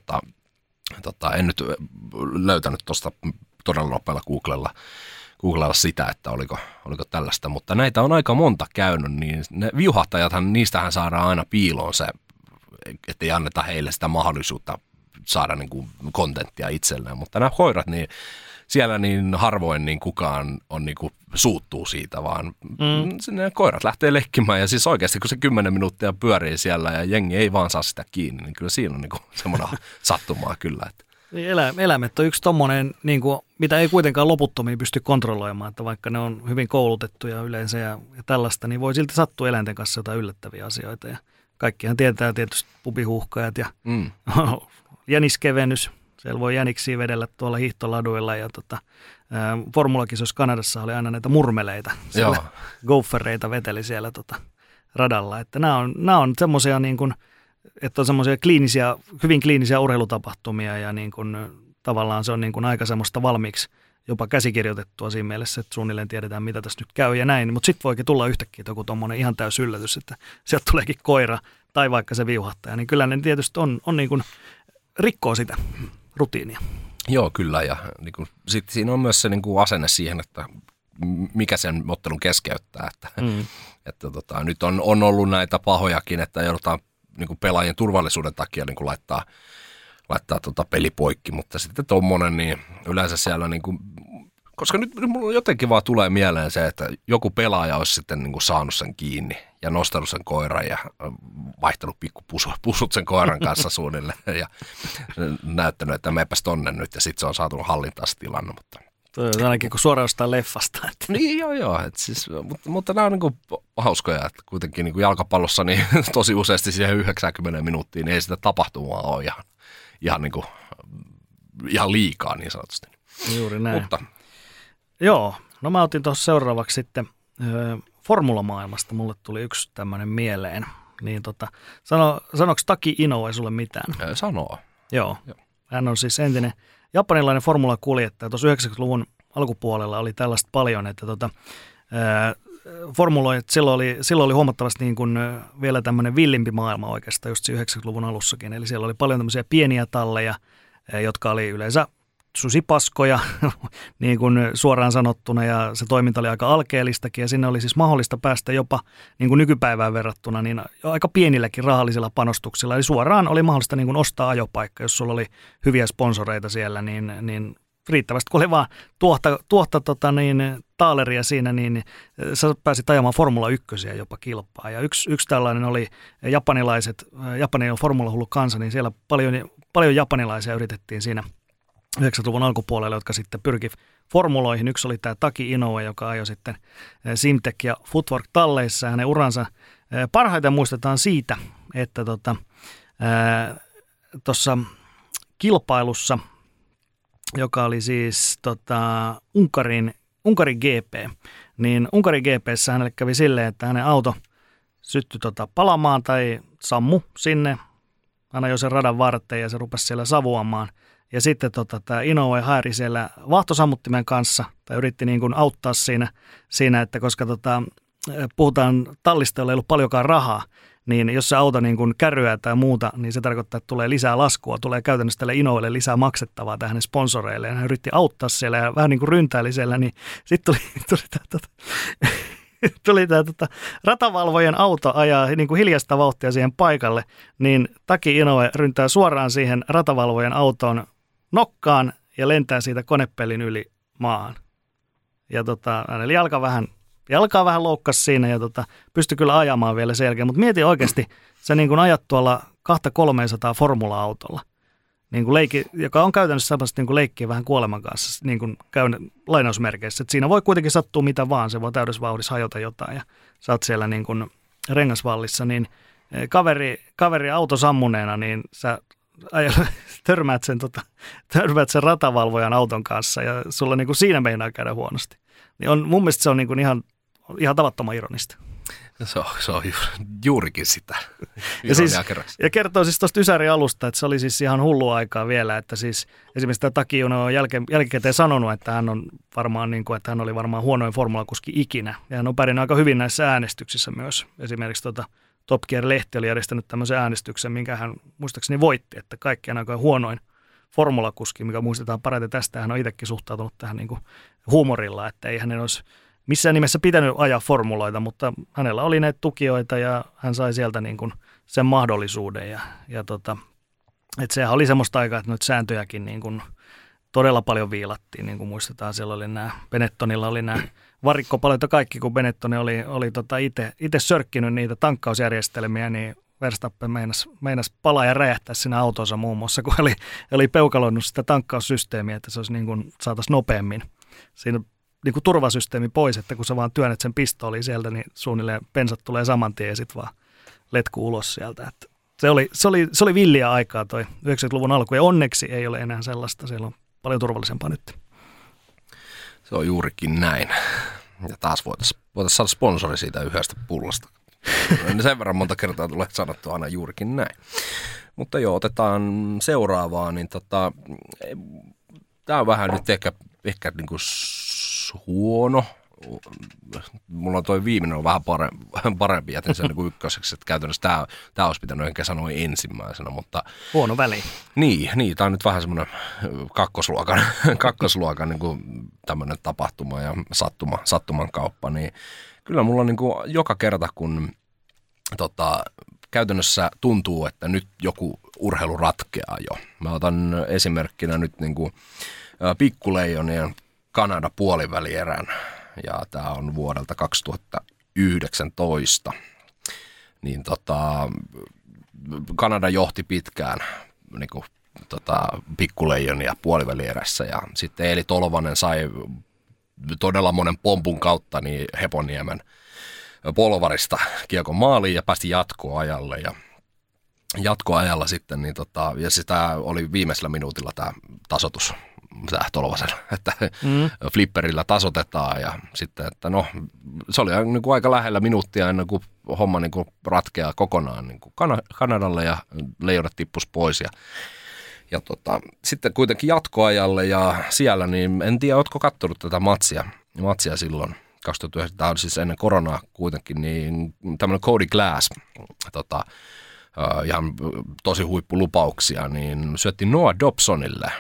en nyt löytänyt tuosta todella nopealla googlella sitä, että oliko tällaista, mutta näitä on aika monta käynyt, niin ne viuhahtajathan, niistähän saadaan aina piiloon se, ettei anneta heille sitä mahdollisuutta saada niin kuin kontenttia itselleen, mutta nämä koirat, niin siellä niin harvoin niin kukaan on niin kuin suuttuu siitä, vaan ne koirat lähtee leikkimään ja siis oikeasti kun se 10 minuuttia pyörii siellä ja jengi ei vaan saa sitä kiinni, niin kyllä siinä on niin kuin semmoinen sattumaa kyllä. Että. Eläimet on yksi tommoinen, niin kuin, mitä ei kuitenkaan loputtomiin pysty kontrolloimaan, että vaikka ne on hyvin koulutettuja yleensä ja tällaista, niin voi silti sattua eläinten kanssa jotain yllättäviä asioita ja kaikkihan tietää tietysti pubihuuhkajat ja jäniskevennys. Siellä voi jäniksiä vedellä tuolla hiihtoladuilla ja formulakisoissa Kanadassa oli aina näitä murmeleita. Gophereita veteli siellä radalla. Että nämä on semmoisia niin kuin, että on semmoisia hyvin kliinisiä urheilutapahtumia ja niin kuin, tavallaan se on niin kuin aika semmoista valmiiksi jopa käsikirjoitettua siinä mielessä, että suunnilleen tiedetään, mitä tässä nyt käy ja näin. Mutta sitten voikin tulla yhtäkkiä joku tommoinen ihan täys yllätys, että sieltä tuleekin koira tai vaikka se viuhahtaja. Niin kyllä ne tietysti on niin kuin rikkoo sitä rutiinia. Joo, kyllä. Ja niin kuin, sit siinä on myös se niin kuin asenne siihen, että mikä sen ottelun keskeyttää. Että nyt on ollut näitä pahojakin, että joudutaan niin kuin pelaajien turvallisuuden takia niin kuin laittaa peli poikki, mutta sitten tuommoinen, niin yleensä siellä niin kuin, koska nyt mulla jotenkin vaan tulee mieleen se, että joku pelaaja olisi sitten niin kuin saanut sen kiinni ja nostanut sen koiran ja vaihtanut pikkupusut sen koiran kanssa suunnilleen ja näyttänyt, että meepäs tonne nyt ja sitten se on saatu hallintaan se tilanne, mutta ainakin kun suoraan jostain leffasta. Että. Niin joo, että siis, mutta nämä on niin kuin hauskoja, että kuitenkin niin kuin jalkapallossa niin tosi useasti siihen 90 minuuttiin niin ei sitä tapahtumaa ole ihan liikaa niin sanotusti. Juuri näin. Mutta. Joo, no mä otin tuossa seuraavaksi sitten formulamaailmasta, mulle tuli yksi tämmöinen mieleen. Niin sanoiko Taki Inoue sulle mitään? Sanoo. Joo. Hän on siis entinen japanilainen formulakuljettaja. Tuossa 90-luvun alkupuolella oli tällaista paljon, että formuloit silloin oli huomattavasti niin kuin vielä tämmöinen villimpi maailma oikeastaan just 90-luvun alussakin. Eli siellä oli paljon tämmöisiä pieniä talleja, jotka oli yleensä susipaskoja, niin kuin suoraan sanottuna, ja se toiminta oli aika alkeellistakin, ja sinne oli siis mahdollista päästä jopa niin kuin nykypäivään verrattuna, niin aika pienilläkin rahallisilla panostuksilla, eli suoraan oli mahdollista niin kuin ostaa ajopaikka, jos sulla oli hyviä sponsoreita siellä, niin riittävästi, kun oli vaan tuohta taaleria siinä, niin sä pääsit ajamaan Formula 1 jopa kilpaa, ja yksi tällainen oli Japanin formulahullu kansa, niin siellä paljon japanilaisia yritettiin siinä 90-luvun alkupuolella, jotka sitten pyrki formuloihin. Yksi oli tämä Taki Inoue, joka ajoi sitten Simtek ja Footwork talleissa. Hänen uransa parhaiten muistetaan siitä, että tuossa kilpailussa, joka oli siis Unkarin GP, niin Unkarin GP:ssä hänelle kävi silleen, että hänen auto syttyi palamaan tai sammu sinne. Hän ajoi sen radan varteen ja se rupesi siellä savuamaan. Ja sitten tämä Inoue haeri siellä vahtosammuttimen kanssa, tai yritti niin kuin auttaa siinä, että koska puhutaan tallista, jolla ei ollut paljonkaan rahaa, niin jos se auto niin kuin kärryää tai muuta, niin se tarkoittaa, että tulee lisää laskua, tulee käytännössä tälle Inouelle lisää maksettavaa tähän hänen sponsoreille. Hän yritti auttaa siellä ja vähän niin kuin ryntäili siellä, niin sitten tuli tämä ratavalvojen auto ajaa niin kuin hiljaista vauhtia siihen paikalle, niin Taki Inoue ryntää suoraan siihen ratavalvojen autoon nokkaan ja lentää siitä konepellin yli maahan. Ja hänellä jalkaa vähän loukkasi siinä ja pystyi kyllä ajamaan vielä sen jälkeen, mutta mieti oikeasti, sä niin kuin ajat tuolla 200-300 formula-autolla, niin kuin joka on käytännössä sellaista niin kuin leikkiä vähän kuoleman kanssa, niin kuin lainausmerkeissä. Et siinä voi kuitenkin sattua mitä vaan, se voi täydessä vauhdissa hajota jotain ja sä oot siellä niin kuin rengasvallissa, niin kaveri auto sammuneena, niin sä törmäät sen ratavalvojan auton kanssa ja sulla niin kuin siinä meinaa käydä huonosti. Niin mun mielestä se on niin kuin ihan tavattoman ironista. Se on juurikin sitä. Ja kertoo siis tuosta Ysärin alusta, että se oli siis ihan hullua aikaa vielä, että siis esimerkiksi tämä Taki Inoue on jälkikäteen sanonut, että hän on varmaan että hän oli varmaan huonoin formulakuski ikinä. Ja hän on pärjännyt aika hyvin näissä äänestyksissä myös. Esimerkiksi Top Gear-lehti oli järjestänyt tämmöisen äänestyksen, minkä hän muistaakseni voitti, että kaikkien aikojen huonoin formulakuski, mikä muistetaan parhaiten tästä. Hän on itsekin suhtautunut tähän niin kuin huumorilla, että ei hänen olisi missään nimessä pitänyt ajaa formuloita, mutta hänellä oli näitä tukijoita ja hän sai sieltä niin kuin sen mahdollisuuden. Että sehän oli semmoista aikaa, että noita sääntöjäkin niin kuin todella paljon viilattiin, niin kuin muistetaan. Siellä oli Benettonilla oli nämä varikkopalot ja kaikki, kun Benetton oli itse sörkkinyt niitä tankkausjärjestelmiä, niin Verstappen meinasi palaa ja räjähtää siinä autonsa muun muassa, kun oli peukaloinut sitä tankkaussysteemiä, että se olisi niin kuin saataisiin nopeammin siinä niin kuin turvasysteemi pois, että kun sä vaan työnnät sen pistooliin sieltä, niin suunnilleen bensat tulee saman tien ja sitten vaan letku ulos sieltä. Että se oli villiä aikaa toi 90-luvun alku ja onneksi ei ole enää sellaista, siellä on paljon turvallisempaa nyt. Se on juurikin näin. Ja taas voitaisiin saada sponsori siitä yhdestä pullasta. Sen verran monta kertaa tulee sanottua aina juurikin näin. Mutta joo, otetaan seuraavaa. Niin tämä on vähän nyt ehkä niin kuin huono. Mulla on toi viimeinen on vähän parempi, jätin sen niin ykköseksi, että käytännössä tämä olisi pitänyt ehkä sanoa ensimmäisenä, mutta... Huono väli. Niin, tämä on nyt vähän semmoinen kakkosluokan niin kuin tämmöinen tapahtuma ja sattuman kauppa, niin kyllä mulla niin kuin joka kerta, kun käytännössä tuntuu, että nyt joku urheilu ratkeaa jo. Mä otan esimerkkinä nyt niin kuin Pikkuleijonien Kanada puolivälierän. Ja tämä on vuodelta 2019, niin Kanada johti pitkään niin kuin, Pikkuleijonia puolivälierässä ja sitten Eeli Tolvanen sai todella monen pompun kautta niin Heponiemen polvarista kiekon maaliin ja päästi jatkoajalle ja jatkoajalla sitten, niin ja sitä oli viimeisellä minuutilla tämä tasoitus Tolvasen, että flipperillä tasotetaan ja sitten, että no se oli niin kuin aika lähellä minuuttia ennen kuin homma niin kuin ratkeaa kokonaan niin kuin Kanadalle ja leijonat tippus pois Ja sitten kuitenkin jatkoajalle ja siellä, niin en tiedä, ootko katsonut tätä matsia silloin 2009, tämä on siis ennen koronaa kuitenkin, niin tämmöinen Cody Glass, ihan tosi huippulupauksia, niin syöttiin Noah Dobsonille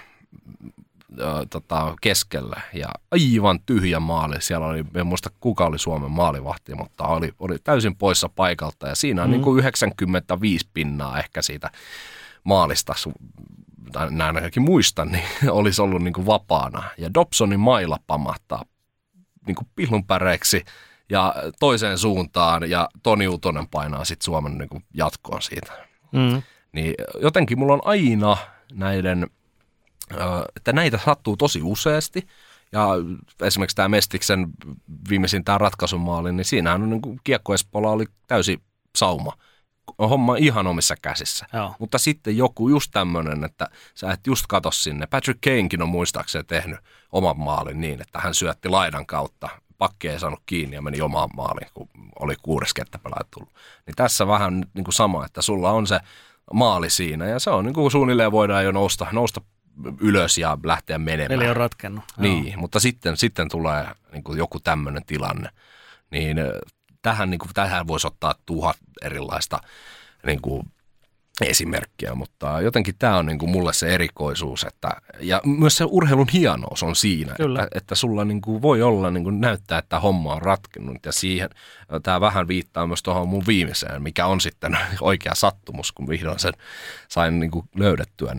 keskelle ja aivan tyhjä maali. Siellä oli, en muista kuka oli Suomen maalivahti, mutta oli täysin poissa paikalta ja siinä on niin kuin 95% ehkä siitä maalista, näin ainakin muistan, niin olisi ollut niin kuin vapaana. Ja Dobsonin maila pamahtaa niin kuin pillunpäreiksi ja toiseen suuntaan ja Toni Utonen painaa sitten Suomen niin kuin jatkoon siitä. Niin jotenkin mulla on aina että näitä sattuu tosi useasti. Ja esimerkiksi tämä Mestiksen viimeisin tämä ratkaisumaali, niin siinähän on niin kuin Kiekko Espoolla oli täysi sauma. Homma ihan omissa käsissä. Joo. Mutta sitten joku just tämmöinen, että sä et just katso sinne. Patrick Kanekin on muistaakseni tehnyt oman maalin niin, että hän syötti laidan kautta. Pakki ei saanut kiinni ja meni omaan maaliin, kun oli 6 kenttäpelaaja tullut. Niin tässä vähän niin kuin sama, että sulla on se maali siinä ja se on niin kuin suunnilleen voidaan jo nousta ylös ja lähteä menemään. Eli on ratkennut. Niin, mutta sitten tulee niin kuin joku tämmöinen tilanne. Niin tähän voisi ottaa 1000 erilaista niin kuin esimerkkiä, mutta jotenkin tämä on niin kuin mulle se erikoisuus, ja myös se urheilun hienous on siinä, että sulla niin kuin voi olla niin kuin näyttää, että homma on ratkennut ja siihen tämä vähän viittaa myös tuohon mun viimeiseen, mikä on sitten oikea sattumus, kun vihdoin sen sain niin kuin löydettyä,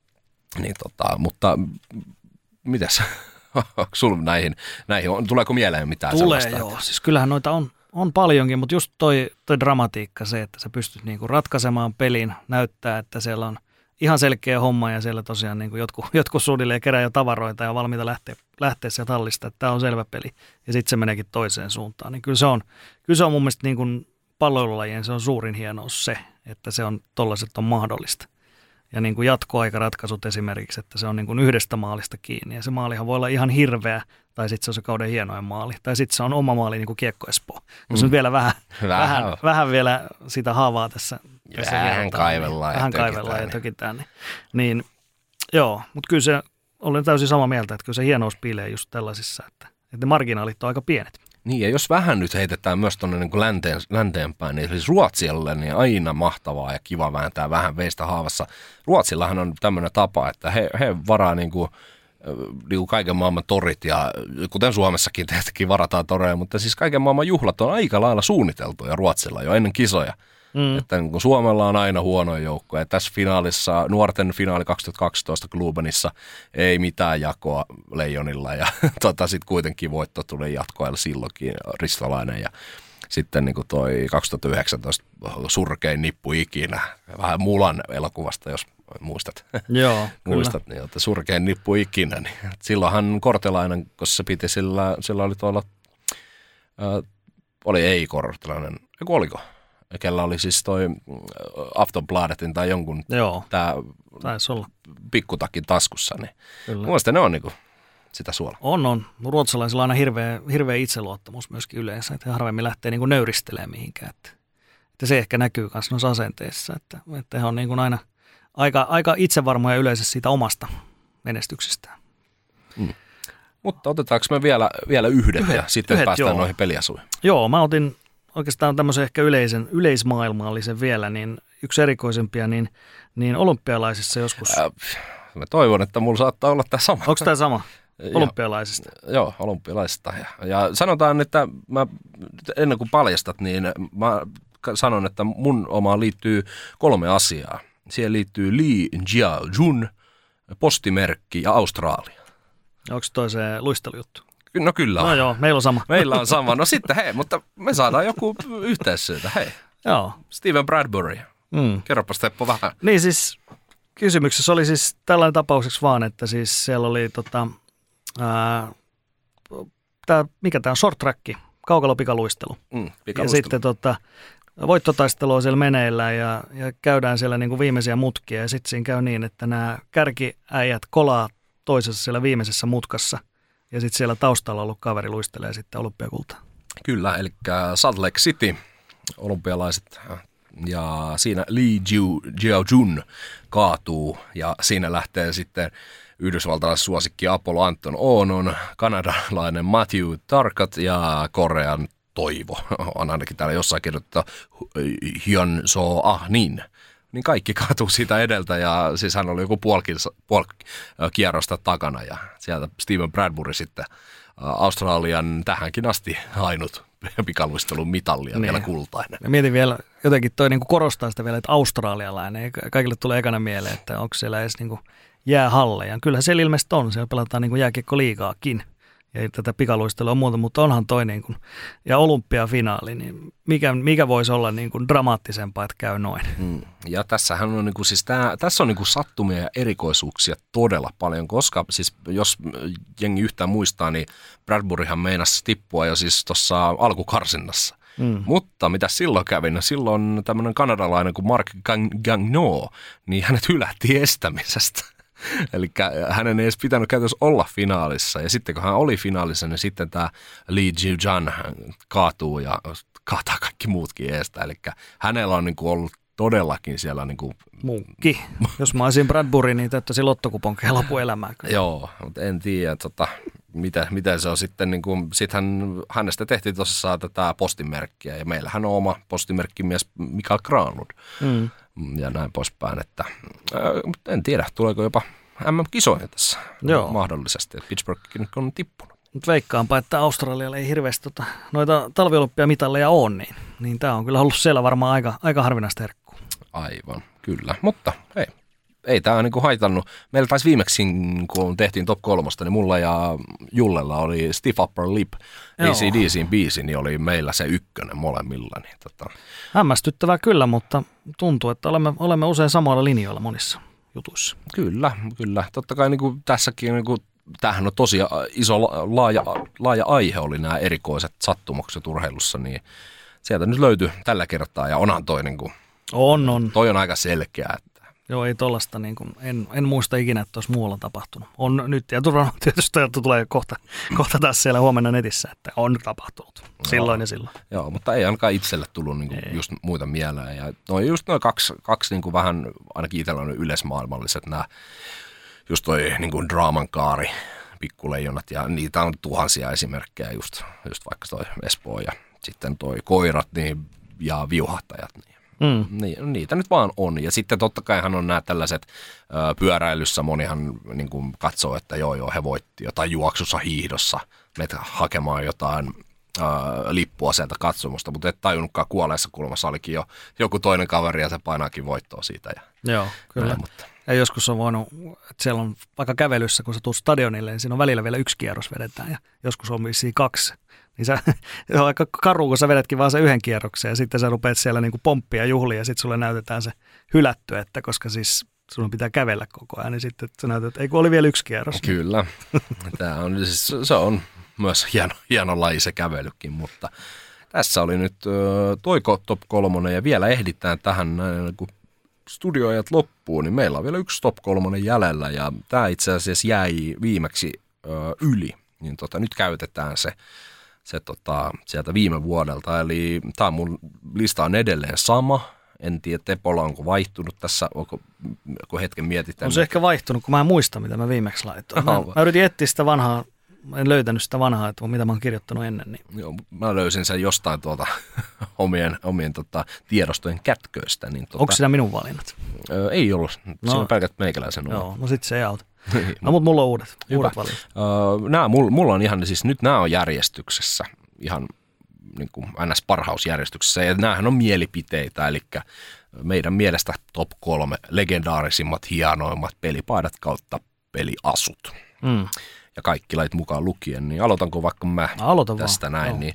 mutta mitäs? Sulla näihin, tuleeko mieleen mitään sellaista? Tulee joo, siis kyllähän noita on paljonkin, mutta just toi dramatiikka, se, että sä pystyt niinku ratkaisemaan pelin, näyttää, että siellä on ihan selkeä homma ja siellä tosiaan niinku jotkut suunnilleen kerää jo tavaroita ja valmiita lähteä sieltä hallista, että tämä on selvä peli ja sitten se meneekin toiseen suuntaan. Niin kyllä se on mun mielestä niinku palloilulajien se on suurin hienous se, että se on tollaiset on mahdollista. Ja niin kuin jatkoaikaratkaisut esimerkiksi, että se on niin kuin yhdestä maalista kiinni. Ja se maalihan voi olla ihan hirveä, tai sitten se on se kauden hienoin maali. Tai sitten se on oma maali niin kuin Kiekko Espoo. Jos nyt vielä vähän vielä sitä haavaa tässä vähän kaivellaan ja tökitään. Niin joo, mutta kyllä se, olen täysin samaa mieltä, että kyllä se hienous piilee just tällaisissa, että ne marginaalit on aika pienet. Niin, ja jos vähän nyt heitetään myös tuonne niin länteenpäin, niin siis Ruotsille niin aina mahtavaa ja kiva vääntää vähän veistä haavassa. Ruotsillahan on tämmöinen tapa, että he varaa niin kuin kaiken maailman torit, ja kuten Suomessakin tietenkin varataan toreja, mutta siis kaiken maailman juhlat on aika lailla suunniteltuja Ruotsilla jo ennen kisoja. Että niin Suomella on aina huonoja joukkoja. Tässä finaalissa, nuorten finaali 2012 Klubenissa ei mitään jakoa Leijonilla ja sitten kuitenkin voitto tuli jatkoajalla silloinkin Ristolainen ja sitten niin toi 2019 surkein nippu ikinä, vähän Mulan elokuvasta, jos muistat. Joo, muistat, niin, että surkein nippu ikinä. Niin. Silloinhan Kortelainen, koska se piti, sillä oli tuolla, oli ei Kortelainen, oliko? Kellä oli siis toi Aftonbladetin tai jonkun tää pikkutakin taskussa, niin mielestäni ne on niinku sitä suolaa. On. Ruotsalaisilla on aina hirveä itseluottamus myöskin yleensä, että he harvemmin lähtee niinku nöyristelemään mihinkään. Että se ehkä näkyy myös noissa asenteissa, että he on niinku aina aika itsevarmoja yleensä siitä omasta menestyksestään. Mutta otetaanko me vielä yhden ja sitten päästään noihin peliasuihin? Joo, mä otin oikeastaan tämmöisen ehkä yleismaailmallisen vielä, niin yksi erikoisempia, niin olympialaisissa joskus. Mä toivon, että mulla saattaa olla tämä sama. Onko tämä sama? Olympialaisista? Joo, olympialaisista. Ja sanotaan, että ennen kuin paljastat, niin mä sanon, että mun omaan liittyy 3 asiaa. Siihen liittyy Lee Jia-jun, postimerkki ja Australia. Onko toi se luistelujuttu? No kyllä on. No joo, meillä on sama. Meillä on sama. No sitten hei, mutta me saadaan joku yhteissyytä. Hei. Joo. Steven Bradbury. Kerropas Teppo vähän. Niin siis kysymyksessä oli siis tällainen tapaukseksi vaan, että siis siellä oli mikä tämä on, short track, kaukalopikaluistelu. Ja sitten voittotaistelu on siellä meneillään ja käydään siellä niin kuin viimeisiä mutkia ja sitten siinä käy niin, että nämä kärkiäijät kolaa toisessa siellä viimeisessä mutkassa. Ja sitten siellä taustalla ollut kaveri luistelee sitten olympiakultaa. Kyllä, eli Salt Lake City, olympialaiset ja siinä Lee Jiao-jun kaatuu ja siinä lähtee sitten yhdysvaltalaissuosikki Apollo Anton Oonon, kanadalainen Matthew Tarkat ja Korean Toivo. On ainakin täällä jossain kirjoittaa Hyun So Ahnin. Niin kaikki kaatuu siitä edeltä ja siis hän oli joku puoli kierrosta takana ja sieltä Steven Bradbury sitten Australian tähänkin asti ainut pikaluistelun mitallia vielä kultainen. Mä mietin vielä, jotenkin toi niinku korostaa sitä vielä, että australialainen. Kaikille tulee ekana mieleen, että onko siellä edes niinku jäähalleja. Kyllähän siellä ilmeisesti on, siellä pelataan niinku jääkiekkoliigaakin. Ja tätä pikaluistelua on muuta, mutta onhan toi niin kuin, ja olympiafinaali, niin mikä voisi olla niin kuin dramaattisempaa, että käy noin. Ja tässähän on, niin kuin, siis tässä on niin kuin sattumia ja erikoisuuksia todella paljon, koska siis jos jengi yhtään muistaa, niin Bradburyhan meinasi tippua jo siis tuossa alkukarsinnassa. Mutta mitä silloin kävi? No silloin tämmöinen kanadalainen kuin Mark Gagnon, niin hänet hylättiin estämisestä. Eli hänen ei edes pitänyt käytössä olla finaalissa. Ja sitten kun hän oli finaalissa, niin sitten tämä Lee Jiao-jun kaatuu ja kaataa kaikki muutkin eestä. Eli hänellä on niinku ollut todellakin siellä niinku munkki. Jos mä olisin Bradbury, niin täyttäisi lottokuponkeja lopuelämään. Joo, mutta en tiedä, miten se on sitten. Niinku, sitten hänestä tehtiin tuossa tätä postimerkkiä. Ja meillähän on oma postimerkkimies Mikael Granlund. Ja näin poispäin, että en tiedä, tuleeko jopa MM-kisoja tässä mahdollisesti, että Pittsburghkin on tippunut. Nyt veikkaanpa, että Australialle ei hirveästi noita talviolympiamitalleja ole, niin tämä on kyllä ollut siellä varmaan aika harvinaista herkkua. Aivan, kyllä, mutta ei tämä niinku haitannut. Meillä taisi viimeksi, kun tehtiin top 3, niin mulla ja Jullella oli Stiff Upper Lip, AC/DC:n biisi, niin oli meillä se ykkönen molemmilla. Niin hämmästyttävää kyllä, mutta tuntuu, että olemme usein samoilla linjoilla monissa jutuissa. Kyllä. Totta kai niin kuin tässäkin, niin kuin, tämähän on tosi iso, laaja aihe oli nämä erikoiset sattumukset urheilussa, niin sieltä nyt löytyi tällä kertaa ja onhan toi niin kuin, toi on aika selkeä. Joo, ei tollaista, niin kuin, en muista ikinä, että olisi muualla tapahtunut. On nyt, ja tietysti tulee kohta taas siellä huomenna netissä, että on tapahtunut silloin ja silloin. Joo, mutta ei ainakaan itselle tullut niin kuin just muita mieleen. Ja just noin kaksi niin kuin vähän, ainakin itsellä on yleismaailmalliset nämä, just toi niin kuin draaman kaari, pikkuleijonat, ja niitä on tuhansia esimerkkejä, just vaikka toi Espoo ja sitten toi koirat niin, ja viuhahtajat, niin. Niitä nyt vaan on. Ja sitten totta kaihan on nämä tällaiset pyöräilyssä, monihan niin kuin katsoo, että joo, he voitti jotain juoksussa, hiihdossa, meitä hakemaan jotain lippua sieltä katsomusta, mutta et tajunnutkaan kuolleessa kulmassa olikin jo joku toinen kaveri ja se painaakin voittoa siitä. Joo, kyllä. Näin, mutta. Ja joskus on voinut, että siellä on vaikka kävelyssä, kun sä tulet stadionille, niin siinä on välillä vielä 1 kierros vedetään ja joskus on vissiin 2. Niin se on aika karu, kun sä vedetkin vaan se 1 kierroksen ja sitten sä rupeat siellä niinku pomppia juhlia ja sitten sulle näytetään se hylätty, että koska siis sun pitää kävellä koko ajan, niin sitten sä näytät, että ei kun oli vielä 1 kierros. Kyllä, se on myös hieno laji se kävelykin, mutta tässä oli nyt toiko top 3 ja vielä ehditään tähän kun studioajat loppuu, niin meillä on vielä 1 top 3 jäljellä ja tämä itse asiassa jäi viimeksi yli, niin nyt käytetään se sieltä viime vuodelta, eli tämä mun lista on edelleen sama. En tiedä, Tepola onko vaihtunut tässä, kun hetken mietitään. On se ehkä vaihtunut, kun mä en muista, mitä mä viimeksi laitoin. Mä yritin etsiä sitä vanhaa, en löytänyt sitä vanhaa, että mitä mä oon kirjoittanut ennen. Niin. Joo, mä löysin sen jostain omien tiedostojen kätköistä. Niin onko siinä minun valinnat? Ei ollut, siinä on pelkät meikäläisen oma. Joo, no sit se ei auta. No, mutta mulla on uudet valinnat. Mulla on ihan, siis nyt nämä on järjestyksessä, ihan niin kuin NS-parhausjärjestyksessä, ja näähän on mielipiteitä, eli meidän mielestä top 3 legendaarisimmat, hienoimmat pelipaidat kautta peliasut. Ja kaikki lait mukaan lukien, niin aloitanko vaikka mä tästä näin, no. Niin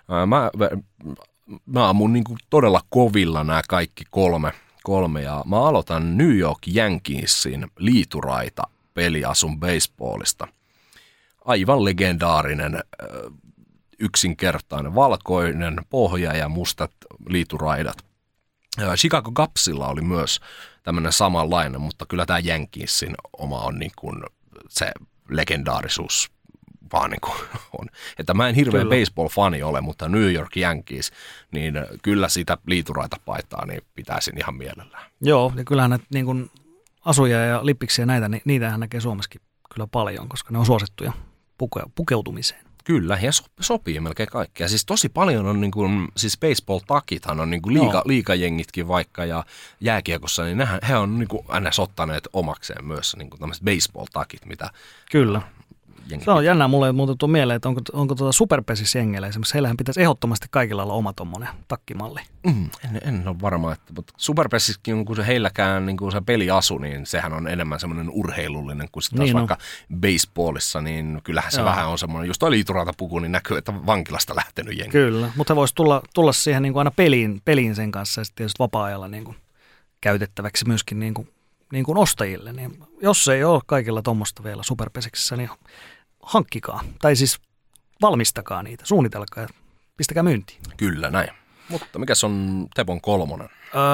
mä ammun niin kuin todella kovilla nämä kaikki kolme, ja mä aloitan New York Yankeesin liituraita peliasun baseballista. Aivan legendaarinen, yksinkertainen, valkoinen pohja ja mustat liituraidat. Chicago Cubsilla oli myös tämmöinen samanlainen, mutta kyllä tämä Yankeesin oma on niin kuin se legendaarisuus vaan niin kuin on. Että mä en hirveän baseball-fani ole, mutta New York Yankees, niin kyllä sitä liituraita paitaa, niin pitäisin ihan mielellään. Joo, ja kyllähän näitä niin kuin asuja ja lippiksiä näitä, niin niitähän näkee Suomessakin kyllä paljon, koska ne on suosittuja pukeutumiseen. Kyllä, ja sopii melkein kaikkea. Siis tosi paljon on, niin kuin, siis baseball-takithan on niin kuin liigajengitkin vaikka, ja jääkiekossa, niin he on niin kuin ns. Ottaneet omakseen myös niin kuin tämmöiset baseball-takit, mitä... Kyllä. Se on jännää, mulle ei muuten tuo mieleen, että onko Superpesissä jengeillä esimerkiksi, heillähän pitäisi ehdottomasti kaikilla olla oma tommonen takkimalli. En ole varma, mutta Superpessissäkin, kun se heilläkään niin kuin se peliasu, niin sehän on enemmän semmoinen urheilullinen kuin sitten taas vaikka baseballissa, niin kyllähän se vähän on semmoinen, just toi liituraatapuku, niin näkyy, että vankilasta lähtenyt jengi. Kyllä, mutta he voisi tulla siihen niin kuin aina peliin sen kanssa ja sitten tietysti vapaa-ajalla niin kuin käytettäväksi myöskin niin kuin ostajille. Niin jos ei ole kaikilla tuommoista vielä Superpesiksessä, niin hankkikaa, tai siis valmistakaa niitä, suunnitelkaa ja pistäkää myyntiin. Kyllä näin. Mutta mikäs on Tepon 3?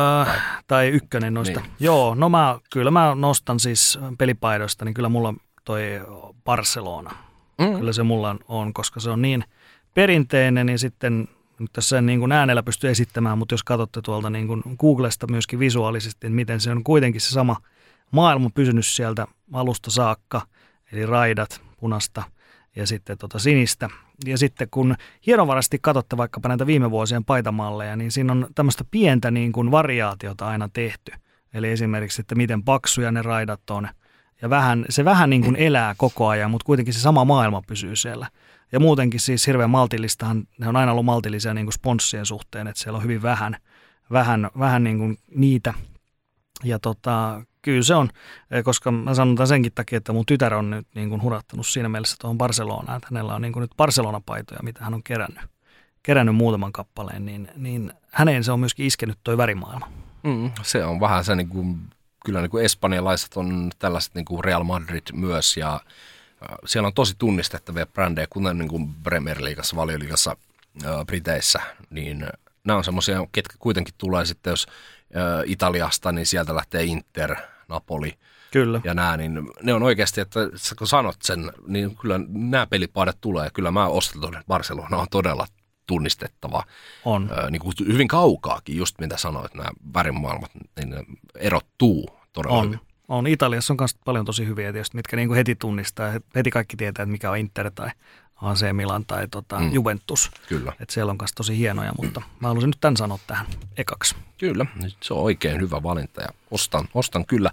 Tai 1 noista. Niin. Joo, no kyllä mä nostan siis pelipaidoista, niin kyllä mulla on toi Barcelona. Kyllä se mulla on, koska se on niin perinteinen, niin sitten nyt tässä niin kuin äänellä pystyy esittämään, mutta jos katsotte tuolta niin kuin Googlesta myöskin visuaalisesti, niin miten se on kuitenkin se sama maailma pysynyt sieltä alusta saakka, eli raidat, punasta ja sitten sinistä. Ja sitten kun hienovaraisesti katsotte vaikkapa näitä viime vuosien paitamalleja, niin siinä on tämmöistä pientä niin kuin variaatiota aina tehty. Eli esimerkiksi, että miten paksuja ne raidat on. Ja se vähän niin kuin elää koko ajan, mutta kuitenkin se sama maailma pysyy siellä. Ja muutenkin siis hirveän maltillistahan, ne on aina ollut maltillisia niin kuin sponssien suhteen, että siellä on hyvin vähän niin kuin niitä. Ja kyllä se on, koska mä sanon tämän senkin takia, että mun tytär on nyt niin kuin hurattanut siinä mielessä tuohon Barcelonaan, että hänellä on niin kuin nyt Barcelona-paitoja, mitä hän on kerännyt muutaman kappaleen, niin häneen se on myöskin iskenyt toi värimaailma. Se on vähän se, niin kuin, kyllä niin kuin espanjalaiset on tällaiset niin kuin Real Madrid myös, ja siellä on tosi tunnistettavia brändejä, kuten niin kuin Premier Leagueassa, Valioliigassa, Briteissä, niin nämä on semmoisia, ketkä kuitenkin tulee sitten, jos Italiasta, niin sieltä lähtee Inter, Napoli. Kyllä. Ja nämä, niin ne on oikeasti, että kun sanot sen, niin kyllä nämä pelipaidat tulee. Kyllä mä ostetun, että Barcelona on todella tunnistettava. On. Niin kuin hyvin kaukaakin, just mitä sanoit, nämä värimaailmat, niin ne erottuu todella hyvin. On. Italiassa on myös paljon tosi hyviä tietysti, mitkä niin kuin heti tunnistaa. Heti kaikki tietää, että mikä on Inter tai AC Milan tai Juventus. Kyllä. Että siellä on myös tosi hienoja, mutta mä haluaisin nyt tämän sanoa tähän ekaksi. Kyllä, se on oikein hyvä valinta ja ostan kyllä.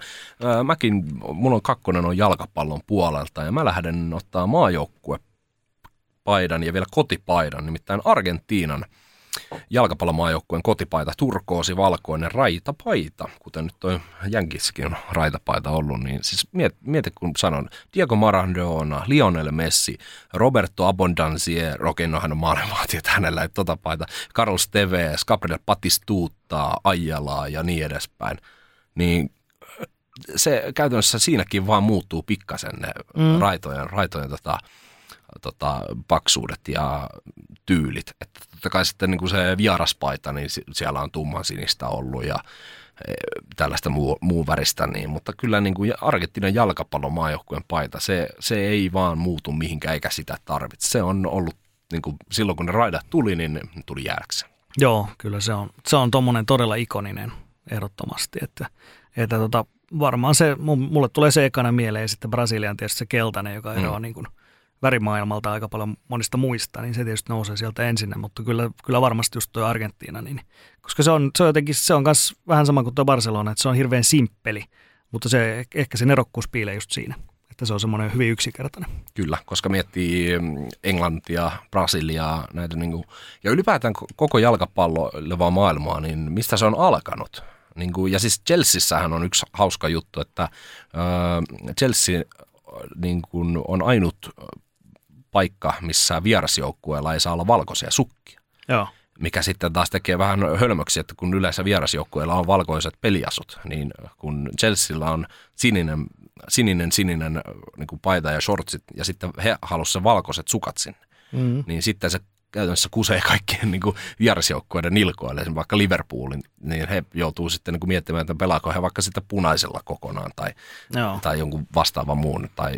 Mulla on 2 on jalkapallon puolelta ja mä lähden ottaa maajoukkuepaidan ja vielä kotipaidan, nimittäin Argentiinan jalkapallomaajoukkueen kotipaita, turkoosi, valkoinen raitapaita, kuten nyt toi Jänkissäkin on raitapaita ollut, niin siis mieti kun sanon, Diego Maradona, Lionel Messi, Roberto Abondanzier, no hän on maailmanvaatija, että hänellä ei paita, Carlos Tevez, Gabriel Batistuta, Ayala ja niin edespäin, niin se käytännössä siinäkin vaan muuttuu pikkasen ne raitojen paksuudet ja tyylit. Että totta kai sitten niin kuin se vieraspaita, niin siellä on tummansinistä ollut ja tällaista muu väristä, niin, mutta kyllä niin kuin Argentiinan jalkapallomaajoukkueen paita, se ei vaan muutu mihinkään eikä sitä tarvitse. Se on ollut, niin kuin silloin kun ne raidat tuli, niin ne tuli jäädäkseen. Joo, kyllä se on tommonen todella ikoninen ehdottomasti, että varmaan se, mulle tulee se ekana mieleen ja sitten Brasilian tietysti se keltainen, joka eroaa niin kuin värimaailmalta aika paljon monista muista, niin se tietysti nousee sieltä ensin, mutta kyllä varmasti just tuo Argentiina, niin, koska se on jotenkin, se on myös vähän sama kuin tuo Barcelona, että se on hirveän simppeli, mutta ehkä se nerokkuus piilee just siinä, että se on semmoinen hyvin yksinkertainen. Kyllä, koska miettii Englantia, Brasiliaa, näitä niinku, ja ylipäätään koko jalkapallolevaa maailmaa, niin mistä se on alkanut? Niinku, ja siis Chelseassähän on yksi hauska juttu, että Chelsea niin kuin on ainut paikka, missä vierasjoukkueella ei saa olla valkoisia sukkia. Joo. Mikä sitten taas tekee vähän hölmöksi, että kun yleensä vierasjoukkueella on valkoiset peliasut, niin kun Chelsealla on sininen niin kuin paita ja shortsit, ja sitten he halusivat valkoiset sukat sinne, niin sitten se käytännössä kusee kaikkien niin kuin vierasjoukkueiden nilkoille, esimerkiksi vaikka Liverpoolin, niin he joutuu sitten niin kuin miettimään, että pelaako he vaikka sitten punaisella kokonaan tai jonkun vastaavan muun, tai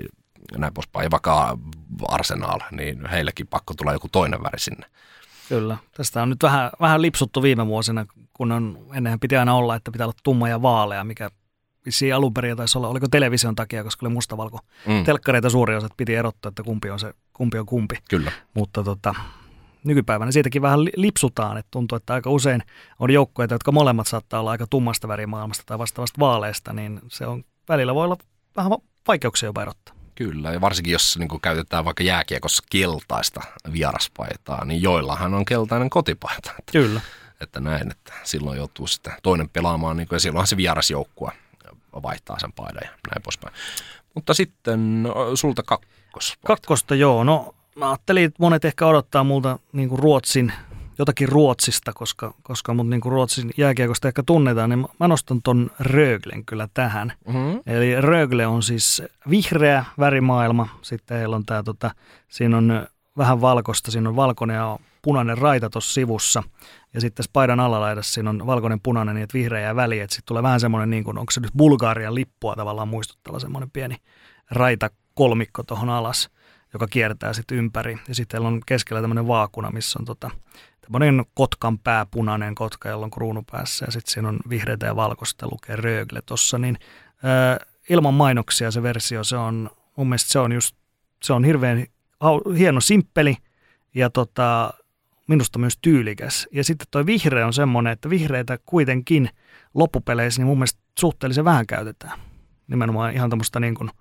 näin poispäin. Ja vaikka Arsenal, niin heillekin pakko tulla joku toinen väri sinne. Kyllä. Tästä on nyt vähän lipsuttu viime vuosina, kun ennenhän piti aina olla, että pitää olla tumma ja vaalea, mikä vissiin alun perin taisi olla, oliko television takia, koska oli mustavalko. Telkkareita suuri osa, piti erottaa, että kumpi on kumpi. Kyllä. Mutta nykypäivänä siitäkin vähän lipsutaan, että tuntuu, että aika usein on joukkoja, jotka molemmat saattaa olla aika tummasta värimaailmasta tai vastaavasta vaaleista, niin se on välillä voi olla vähän vaikeuksia jopa erottaa. Kyllä, ja varsinkin jos niin käytetään vaikka jääkiekossa keltaista vieraspaitaa, niin joillahan on keltainen kotipaita. Kyllä. Että näin, että silloin joutuu sitten toinen pelaamaan, niin kuin, ja silloinhan se vierasjoukkue vaihtaa sen paidan ja näin poispäin. Mutta sitten sulta kakkosta, joo. No mä ajattelin, että monet ehkä odottaa multa niin kuin jotakin Ruotsista, koska mut niin kuin Ruotsin jääkiekosta ehkä tunnetaan, niin mä nostan ton Röglen kyllä tähän. Mm-hmm. Eli Rögle on siis vihreä värimaailma, sitten heillä on siinä on vähän valkoista, siinä on valkoinen ja punainen raita tuossa sivussa, ja sitten paidan alalaidassa siinä on valkoinen punainen, niin että vihreä jää väliin, että sitten tulee vähän semmoinen, niin kuin, onko se nyt Bulgarian lippua tavallaan muistuttava semmoinen pieni raita kolmikko tuohon alas, joka kiertää sitten ympäri, ja sitten on keskellä tämmöinen vaakuna, missä on tämmöinen kotkan pää, punainen kotka, jolla on kruunu päässä, ja sitten siinä on vihreitä ja valkoista, lukee Rögle tuossa, niin ilman mainoksia se versio, se on, mun mielestä se on hirveän hieno, simppeli, ja minusta myös tyylikäs. Ja sitten toi vihreä on semmoinen, että vihreitä kuitenkin loppupeleissä niin mun mielestä suhteellisen vähän käytetään. Nimenomaan ihan tämmöistä niin kuin,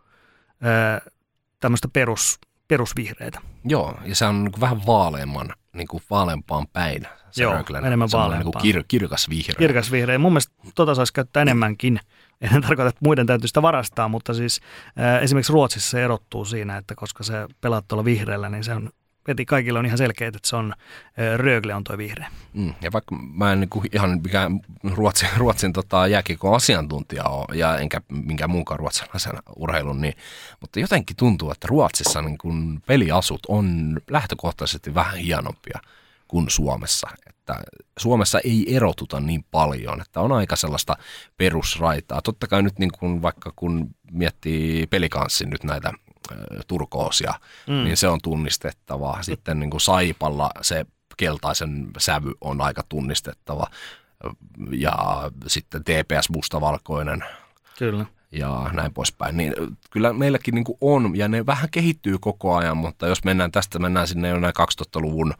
tämmöistä perusvihreitä. Joo, ja se on niin kuin vähän vaaleampaan päin. Joo, enemmän vaaleampaan. Niin kuin kirkas vihreä. Kirkas vihreä. Mun mielestä saisi käyttää enemmänkin. En tarkoita, että muiden täytyy sitä varastaa, mutta siis esimerkiksi Ruotsissa se erottuu siinä, että koska se pelaat tuolla vihreällä, niin se on heti kaikille on ihan selkeä, että se on Rögle on toi vihreä. Ja vaikka mä en niin kuin ihan mikään Ruotsin jääkiekon asiantuntija ole, ja enkä minkään muunkaan ruotsalaisen urheilun, niin, mutta jotenkin tuntuu, että Ruotsissa niin kuin peliasut on lähtökohtaisesti vähän hienompia kuin Suomessa. Että Suomessa ei erotuta niin paljon, että on aika sellaista perusraitaa. Totta kai nyt niin kuin vaikka kun miettii Pelikanssin nyt näitä turkoosia, niin se on tunnistettava. Sitten niin kuin Saipalla se keltaisen sävy on aika tunnistettava. Ja sitten TPS mustavalkoinen. Kyllä. Ja näin poispäin. Niin kyllä meilläkin niin kuin on, ja ne vähän kehittyy koko ajan, mutta jos mennään sinne jo näin 2000-luvun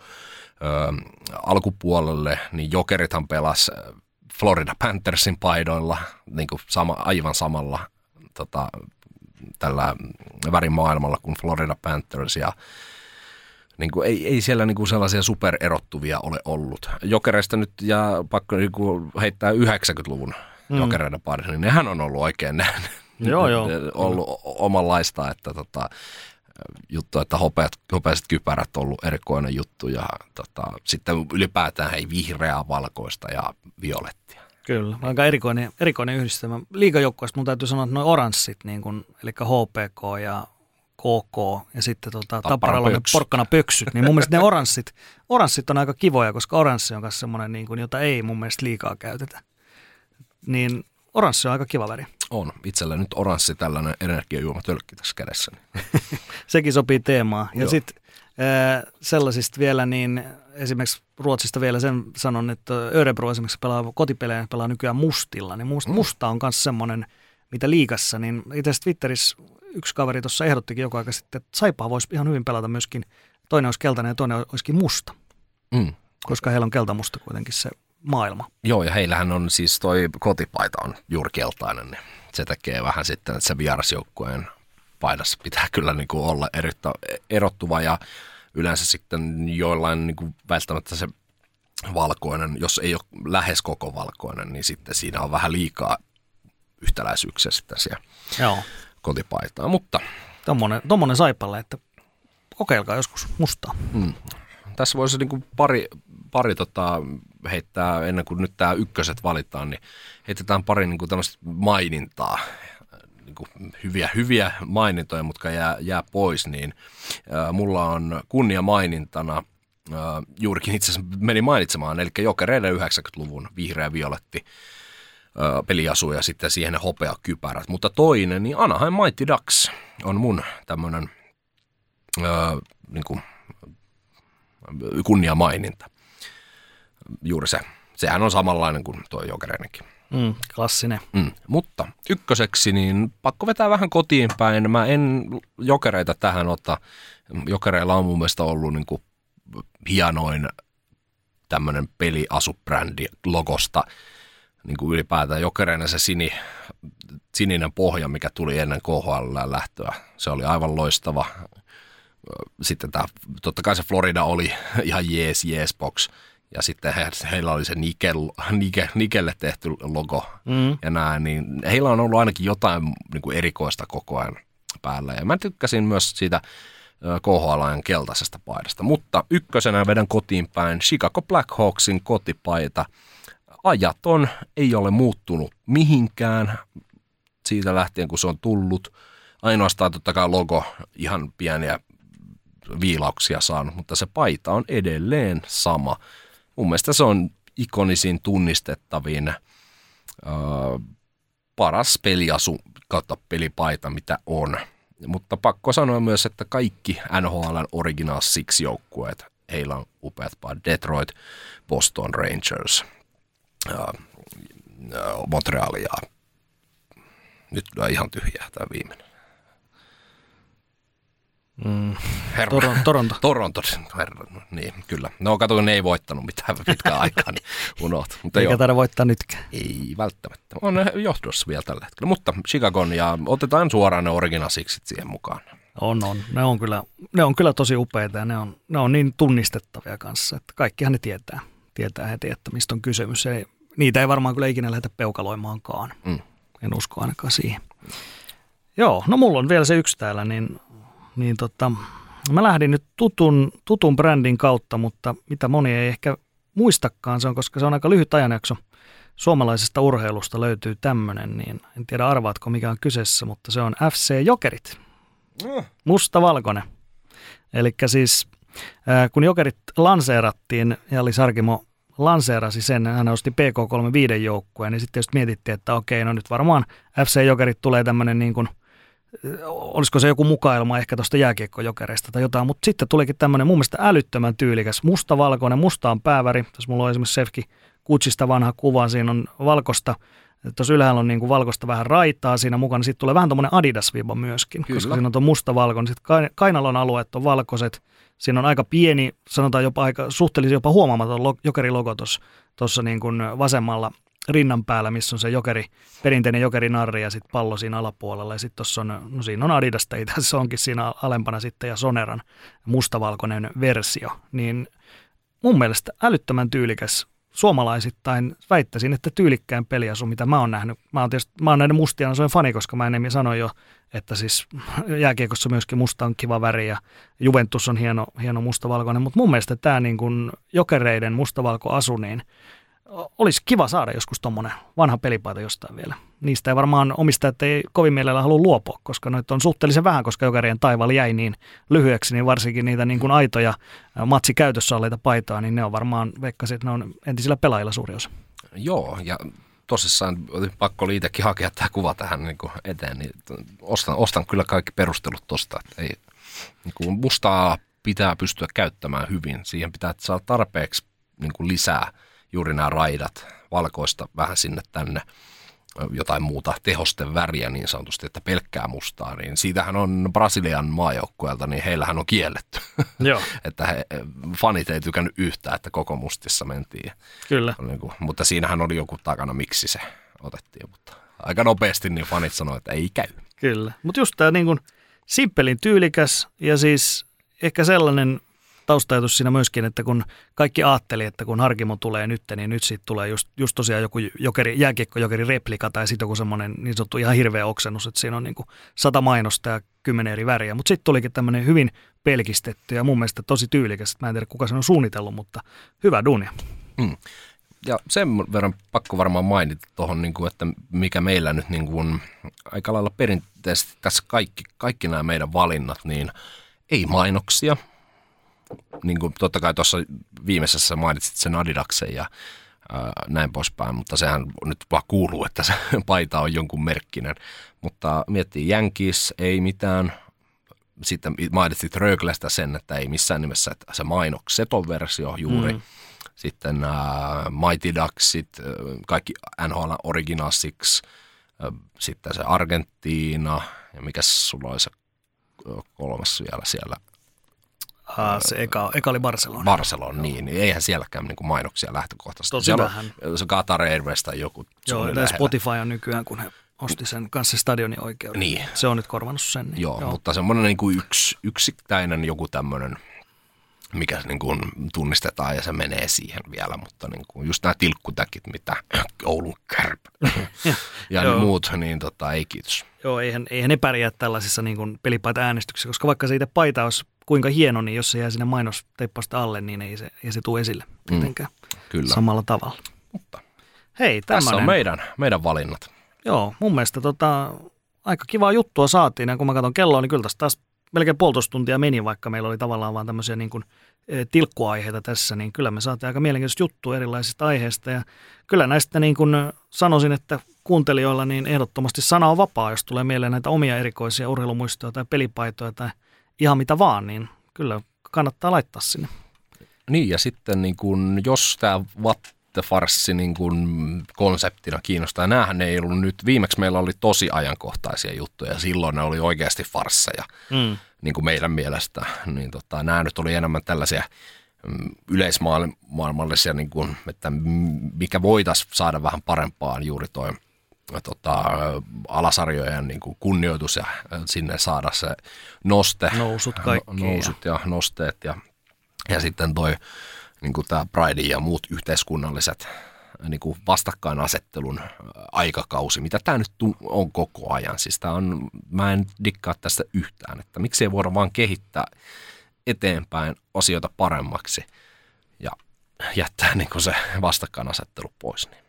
alkupuolelle, niin Jokerithan pelasi Florida Panthersin paidoilla niin kuin aivan samalla tällä värimaailmalla kuin Florida Panthers, ja niin kuin ei siellä niin kuin sellaisia supererottuvia ole ollut. Jokereista nyt ja pakko niin kuin heittää 90-luvun Jokereiden paidat, niin nehän on ollut oikein ollut omanlaista, että juttu, että hopeaiset kypärät on ollut erikoinen juttu, ja sitten ylipäätään vihreää, valkoista ja violettia. Kyllä, aika erikoinen yhdistelmä. Liigajoukkueesta mun täytyy sanoa, että nuo oranssit, niin kun, eli HPK ja KK ja sitten Tapparalla ne porkkanapöksyt, niin mun mielestä ne oranssit on aika kivoja, koska oranssi on myös semmoinen, niin kun, jota ei mun mielestä liikaa käytetä. Niin oranssi on aika kiva väri. On. Itsellä nyt oranssi tällainen energiajuomatölkki tässä kädessä. Sekin sopii teemaan. Ja sitten sellaisista vielä, niin esimerkiksi Ruotsista vielä sen sanon, että Örebro esimerkiksi kotipelejä pelaa nykyään mustilla. Niin musta on myös semmoinen, mitä liigassa, niin itse asiassa Twitterissä yksi kaveri tuossa ehdottikin joku aika sitten, että Saipaa voisi ihan hyvin pelata myöskin, toinen olisi keltainen ja toinen olisikin musta. Koska heillä on keltamusta kuitenkin se maailma. Joo, ja heillähän on siis toi kotipaita on juuri keltainen, niin se tekee vähän sitten, että se vierasjoukkueen paidassa pitää kyllä niin kuin olla erottuva, ja yleensä sitten joillain niin kuin välttämättä se valkoinen, jos ei ole lähes koko valkoinen, niin sitten siinä on vähän liikaa yhtäläisyyksiä sitten siellä kotipaitaa, mutta tommonen Saipalle, että kokeilkaa joskus mustaa. Tässä voisi niin kuin pari heittää, ennen kuin nyt tämä ykköset valitaan, niin heitetään pari niin kuin tämmöistä mainintaa, niin kuin hyviä mainintoja, mutta jää pois, niin mulla on kunnia mainintana, juurikin itse asiassa meni mainitsemaan, eli Jokereille 90-luvun vihreä violetti peliasu ja sitten siihen ne hopeakypärät. Mutta toinen, niin Anaheim Mighty Ducks on mun tämmöinen niin kuin kunniamaininta. Juuri se. Sehän on samanlainen kuin tuo Jokereinenkin. Klassinen. Mutta ykköseksi, niin pakko vetää vähän kotiin päin. Mä en Jokereita tähän ota. Jokereilla on mun mielestä ollut niin kuin hienoin tämmöinen peliasubrändi logosta. Niin kuin ylipäätään Jokereina se sininen pohja, mikä tuli ennen KHL lähtöä. Se oli aivan loistava. Sitten totta kai se Florida oli ihan jees box. Ja sitten heillä oli se nikelle tehty logo ja näin, niin heillä on ollut ainakin jotain niin kuin erikoista koko ajan päällä. Ja mä tykkäsin myös siitä KHL:n keltaisesta paidasta. Mutta ykkösenä vedän kotiin päin Chicago Blackhawksin kotipaita. Ajaton, ei ole muuttunut mihinkään siitä lähtien, kun se on tullut. Ainoastaan totta kai logo ihan pieniä viilauksia saanut, mutta se paita on edelleen sama. Mun mielestä se on ikonisin, tunnistettavin, paras peliasu kautta pelipaita, mitä on. Mutta pakko sanoa myös, että kaikki NHL:n Original Six-joukkueet, heillä on upeat paidat. Detroit, Boston Rangers, Montreal ja nyt tulee ihan tyhjää tämä viimeinen. Toronto, herra, niin kyllä. No kato, ne ei voittanut mitään pitkään aikaa, niin unohtu. Eikä tarvitse voittaa nytkään. Ei välttämättä. On johdossa vielä tällä hetkellä. Mutta Chicagon ja otetaan suoraan ne Original Sixit siihen mukaan. On. Ne on kyllä tosi upeita ja ne on niin tunnistettavia kanssa, että kaikkihan ne tietää heti, että mistä on kysymys. Niitä ei varmaan kyllä ikinä lähdetä peukaloimaankaan. En usko ainakaan siihen. Joo, no mulla on vielä se yksi täällä, niin mä lähdin nyt tutun brändin kautta, mutta mitä moni ei ehkä muistakaan, se on, koska se on aika lyhyt ajanjakso suomalaisesta urheilusta löytyy tämmöinen, niin en tiedä arvaatko mikä on kyseessä, mutta se on FC Jokerit. Mustavalkoinen. Eli siis kun Jokerit lanseerattiin, Jalli Sarkimo lanseerasi sen, hän osti PK35 joukkueen, niin sitten just mietittiin, että okei, no nyt varmaan FC Jokerit tulee tämmöinen niin kuin olisiko se joku mukailma ehkä tuosta jääkiekkojokereista tai jotain, mutta sitten tulikin tämmöinen mun mielestä älyttömän tyylikäs, mustavalkoinen, musta on pääväri, tässä mulla on esimerkiksi Sefki Kutsista vanha kuva, siinä on valkoista, tuossa ylhäällä on niin kuin valkoista vähän raitaa siinä mukana, sitten tulee vähän tommoinen Adidas-viiva myöskin, kyllä, koska siinä on tuo mustavalkoinen, sitten kainalon alueet on valkoiset, siinä on aika pieni, sanotaan jopa suhteellisen jopa huomaamaton jokerilogo tuossa niin kuin vasemmalla rinnan päällä, missä on se perinteinen jokerinarri ja sitten pallo siinä alapuolella. Ja sitten tuossa on, no siinä on Adidasta, se onkin siinä alempana sitten ja Soneran mustavalkoinen versio. Niin mun mielestä älyttömän tyylikäs suomalaisittain väittäisin, että tyylikkäin peliasu, mitä mä oon nähnyt. Mä oon näiden mustia nasojen fani, koska mä enemmän sanoin jo, että siis jääkiekossa myöskin musta on kiva väri ja Juventus on hieno mustavalkoinen. Mutta mun mielestä tämä niin kuin jokereiden mustavalkoasu, niin olisi kiva saada joskus tommonen vanha pelipaita jostain vielä. Niistä ei varmaan omistajat ei kovin mielellä halua luopua, koska noita on suhteellisen vähän, koska jokerien taivaalla jäi niin lyhyeksi, niin varsinkin niitä niin kuin aitoja matsikäytössä olleita paitaa, niin ne on varmaan, veikkasin, että ne on entisillä pelaajilla suuri osa. Joo, ja tosissaan pakko oli itsekin hakea tämä kuva tähän niin kuin eteen, niin ostan kyllä kaikki perustelut tosta, että ei, niin kuin mustaa pitää pystyä käyttämään hyvin, siihen pitää saada tarpeeksi niin kuin lisää juuri nämä raidat, valkoista vähän sinne tänne, jotain muuta tehosten väriä niin sanotusti, että pelkkää mustaa, niin siitähän on Brasilian maajoukkueelta, niin heillähän on kielletty. Joo. Että fanit ei tykännyt yhtään, että koko mustissa mentiin. Kyllä. Mutta siinähän oli joku takana, miksi se otettiin, mutta aika nopeasti niin fanit sanoivat, että ei käy. Kyllä, mutta just tämä niin kuin simppelin tyylikäs ja siis ehkä sellainen taustajatus siinä myöskin, että kun kaikki ajatteli, että kun Harkimo tulee nyt, niin nyt siitä tulee just tosiaan joku jääkiekko-jokeri replika tai sitten joku semmoinen niin sanottu ihan hirveä oksennus, että siinä on niin kuin 100 mainosta ja 10 eri väriä. Mutta sitten tulikin tämmöinen hyvin pelkistetty ja mun mielestä tosi tyylikäs. Mä en tiedä, kuka sen on suunnitellut, mutta hyvä duunia. Ja sen verran pakko varmaan mainita tuohon, niin että mikä meillä nyt niin kuin aika lailla perinteisesti tässä kaikki nämä meidän valinnat, niin ei mainoksia. Niin kuin totta kai tuossa viimeisessä mainitsit sen Adidaksen ja näin poispäin, mutta sehän nyt vaan kuuluu, että se paita on jonkun merkkinen. Mutta miettii Yankees, ei mitään. Sitten mainitsit Röglestä sen, että ei missään nimessä, että se mainokseton versio juuri. Sitten Mighty Ducksit, kaikki NHL Original Six, sitten se Argentiina, ja mikäs sulla oli se kolmas vielä siellä? Se eka oli Barcelona. Barcelona, niin eihän sielläkään niin kuin mainoksia lähtökohtaisesti. Tosi vähän. Se Qatar Airways tai joku. Joo, ja Spotify on nykyään, kun he osti sen kanssa stadionin oikeuden. Niin. Se on nyt korvannut sen. Niin. Joo, mutta semmoinen niin kuin yksittäinen joku tämmöinen, mikä niin kuin tunnistetaan ja se menee siihen vielä, mutta niin kuin just nämä tilkkutäkit, mitä Oulun Kärpä ja muut, niin ei kiitos. Joo, eihän ne pärjää tällaisissa niin kuin pelipaita-äänestyksissä, koska vaikka se itse paita olisi kuinka hieno, niin jos se jää sinne mainosteippausta alle, niin ei se tule esille tietenkään samalla tavalla. Mutta hei, tässä on meidän valinnat. Joo, mun mielestä aika kivaa juttua saatiin, ja kun mä katson kelloa, niin kyllä tästä taas melkein 1,5 tuntia meni, vaikka meillä oli tavallaan vaan tämmöisiä niin kuin tilkkuaiheita tässä, niin kyllä me saatiin aika mielenkiintoista juttua erilaisista aiheista, ja kyllä näistä niin kuin sanoisin, että kuuntelijoilla niin ehdottomasti sana on vapaa, jos tulee mieleen näitä omia erikoisia urheilumuistoja tai pelipaitoja tai ihan mitä vaan, niin kyllä kannattaa laittaa sinne. Niin, ja sitten niin kun, jos tämä Vatte-farssi niin kun konseptina kiinnostaa, näähän ei ollut nyt, viimeksi meillä oli tosi ajankohtaisia juttuja, silloin ne oli oikeasti farsseja, niin kuin meidän mielestä, niin nämä nyt oli enemmän tällaisia yleismaailmallisia, niin kun, että mikä voitaisiin saada vähän parempaan juuri toi alasarjojen niin kuin kunnioitus ja sinne saada se nousut ja nosteet ja sitten toi niin kuin tämä Pride ja muut yhteiskunnalliset niin kuin vastakkainasettelun aikakausi, mitä tämä nyt on koko ajan. Siis mä en dikkaa tästä yhtään, että miksei voida vaan kehittää eteenpäin asioita paremmaksi ja jättää niin kuin se vastakkainasettelu pois. Niin,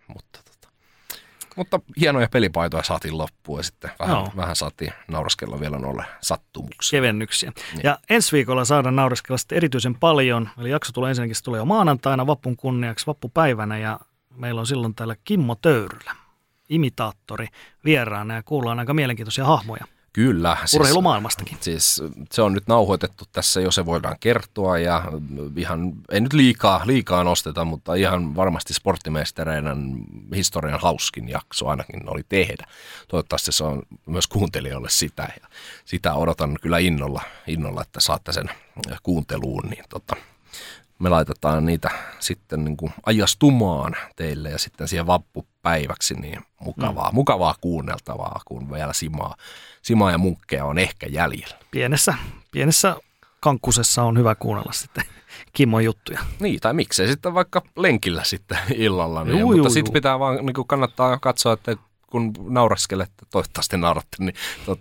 mutta hienoja pelipaitoja saatiin loppuun ja sitten vähän saatiin nauraskella vielä noille sattumuksiin. Kevennyksiä. Ja ensi viikolla saadaan nauraskella sitten erityisen paljon. Eli jakso tulee ensinnäkin, se tulee jo maanantaina vappun kunniaksi vappupäivänä ja meillä on silloin täällä Kimmo Töyrylä, imitaattori vieraana ja kuullaan aika mielenkiintoisia hahmoja. Kyllä. Urheilumaailmastakin. Siis se on nyt nauhoitettu tässä, jo se voidaan kertoa ja ihan, ei nyt liikaa nosteta, mutta ihan varmasti sporttimeistereiden historian hauskin jakso ainakin oli tehdä. Toivottavasti se on myös kuuntelijoille sitä ja sitä odotan kyllä innolla, että saatte sen kuunteluun, niin me laitetaan niitä sitten niin kuin ajastumaan teille ja sitten siihen vappupäiväksi niin mukavaa kuunneltavaa, kun vielä simaa ja munkkeja on ehkä jäljellä. Pienessä kankkusessa on hyvä kuunnella sitten Kimmon juttuja. Niin, tai miksei sitten vaika lenkillä sitten illalla. Niin, mutta sitten pitää vaan, niin kuin kannattaa katsoa, että kun nauraskelette, toivottavasti nauratte, niin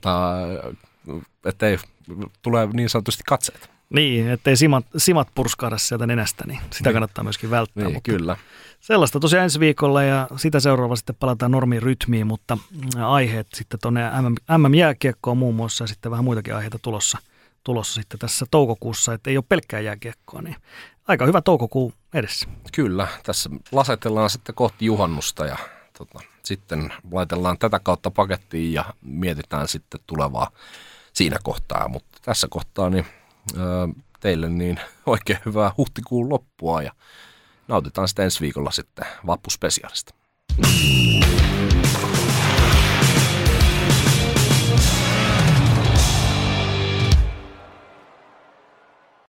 ettei tule niin sanotusti katseita. Niin, ettei simat purskaada sieltä nenästä, niin sitä kannattaa myöskin välttää. Niin, kyllä. Sellaista tosiaan ensi viikolla ja sitä seuraava sitten palataan normirytmiin, mutta aiheet sitten tuonne MM-jääkiekkoon muun muassa ja sitten vähän muitakin aiheita tulossa sitten tässä toukokuussa, että ei ole pelkkää jääkiekkoa, niin aika hyvä toukokuu edessä. Kyllä, tässä lasetellaan sitten kohti juhannusta ja sitten laitellaan tätä kautta pakettiin ja mietitään sitten tulevaa siinä kohtaa, mutta tässä kohtaa niin teille niin oikein hyvää huhtikuun loppua ja nautitaan sitten ensi viikolla sitten vappuspesiaalista.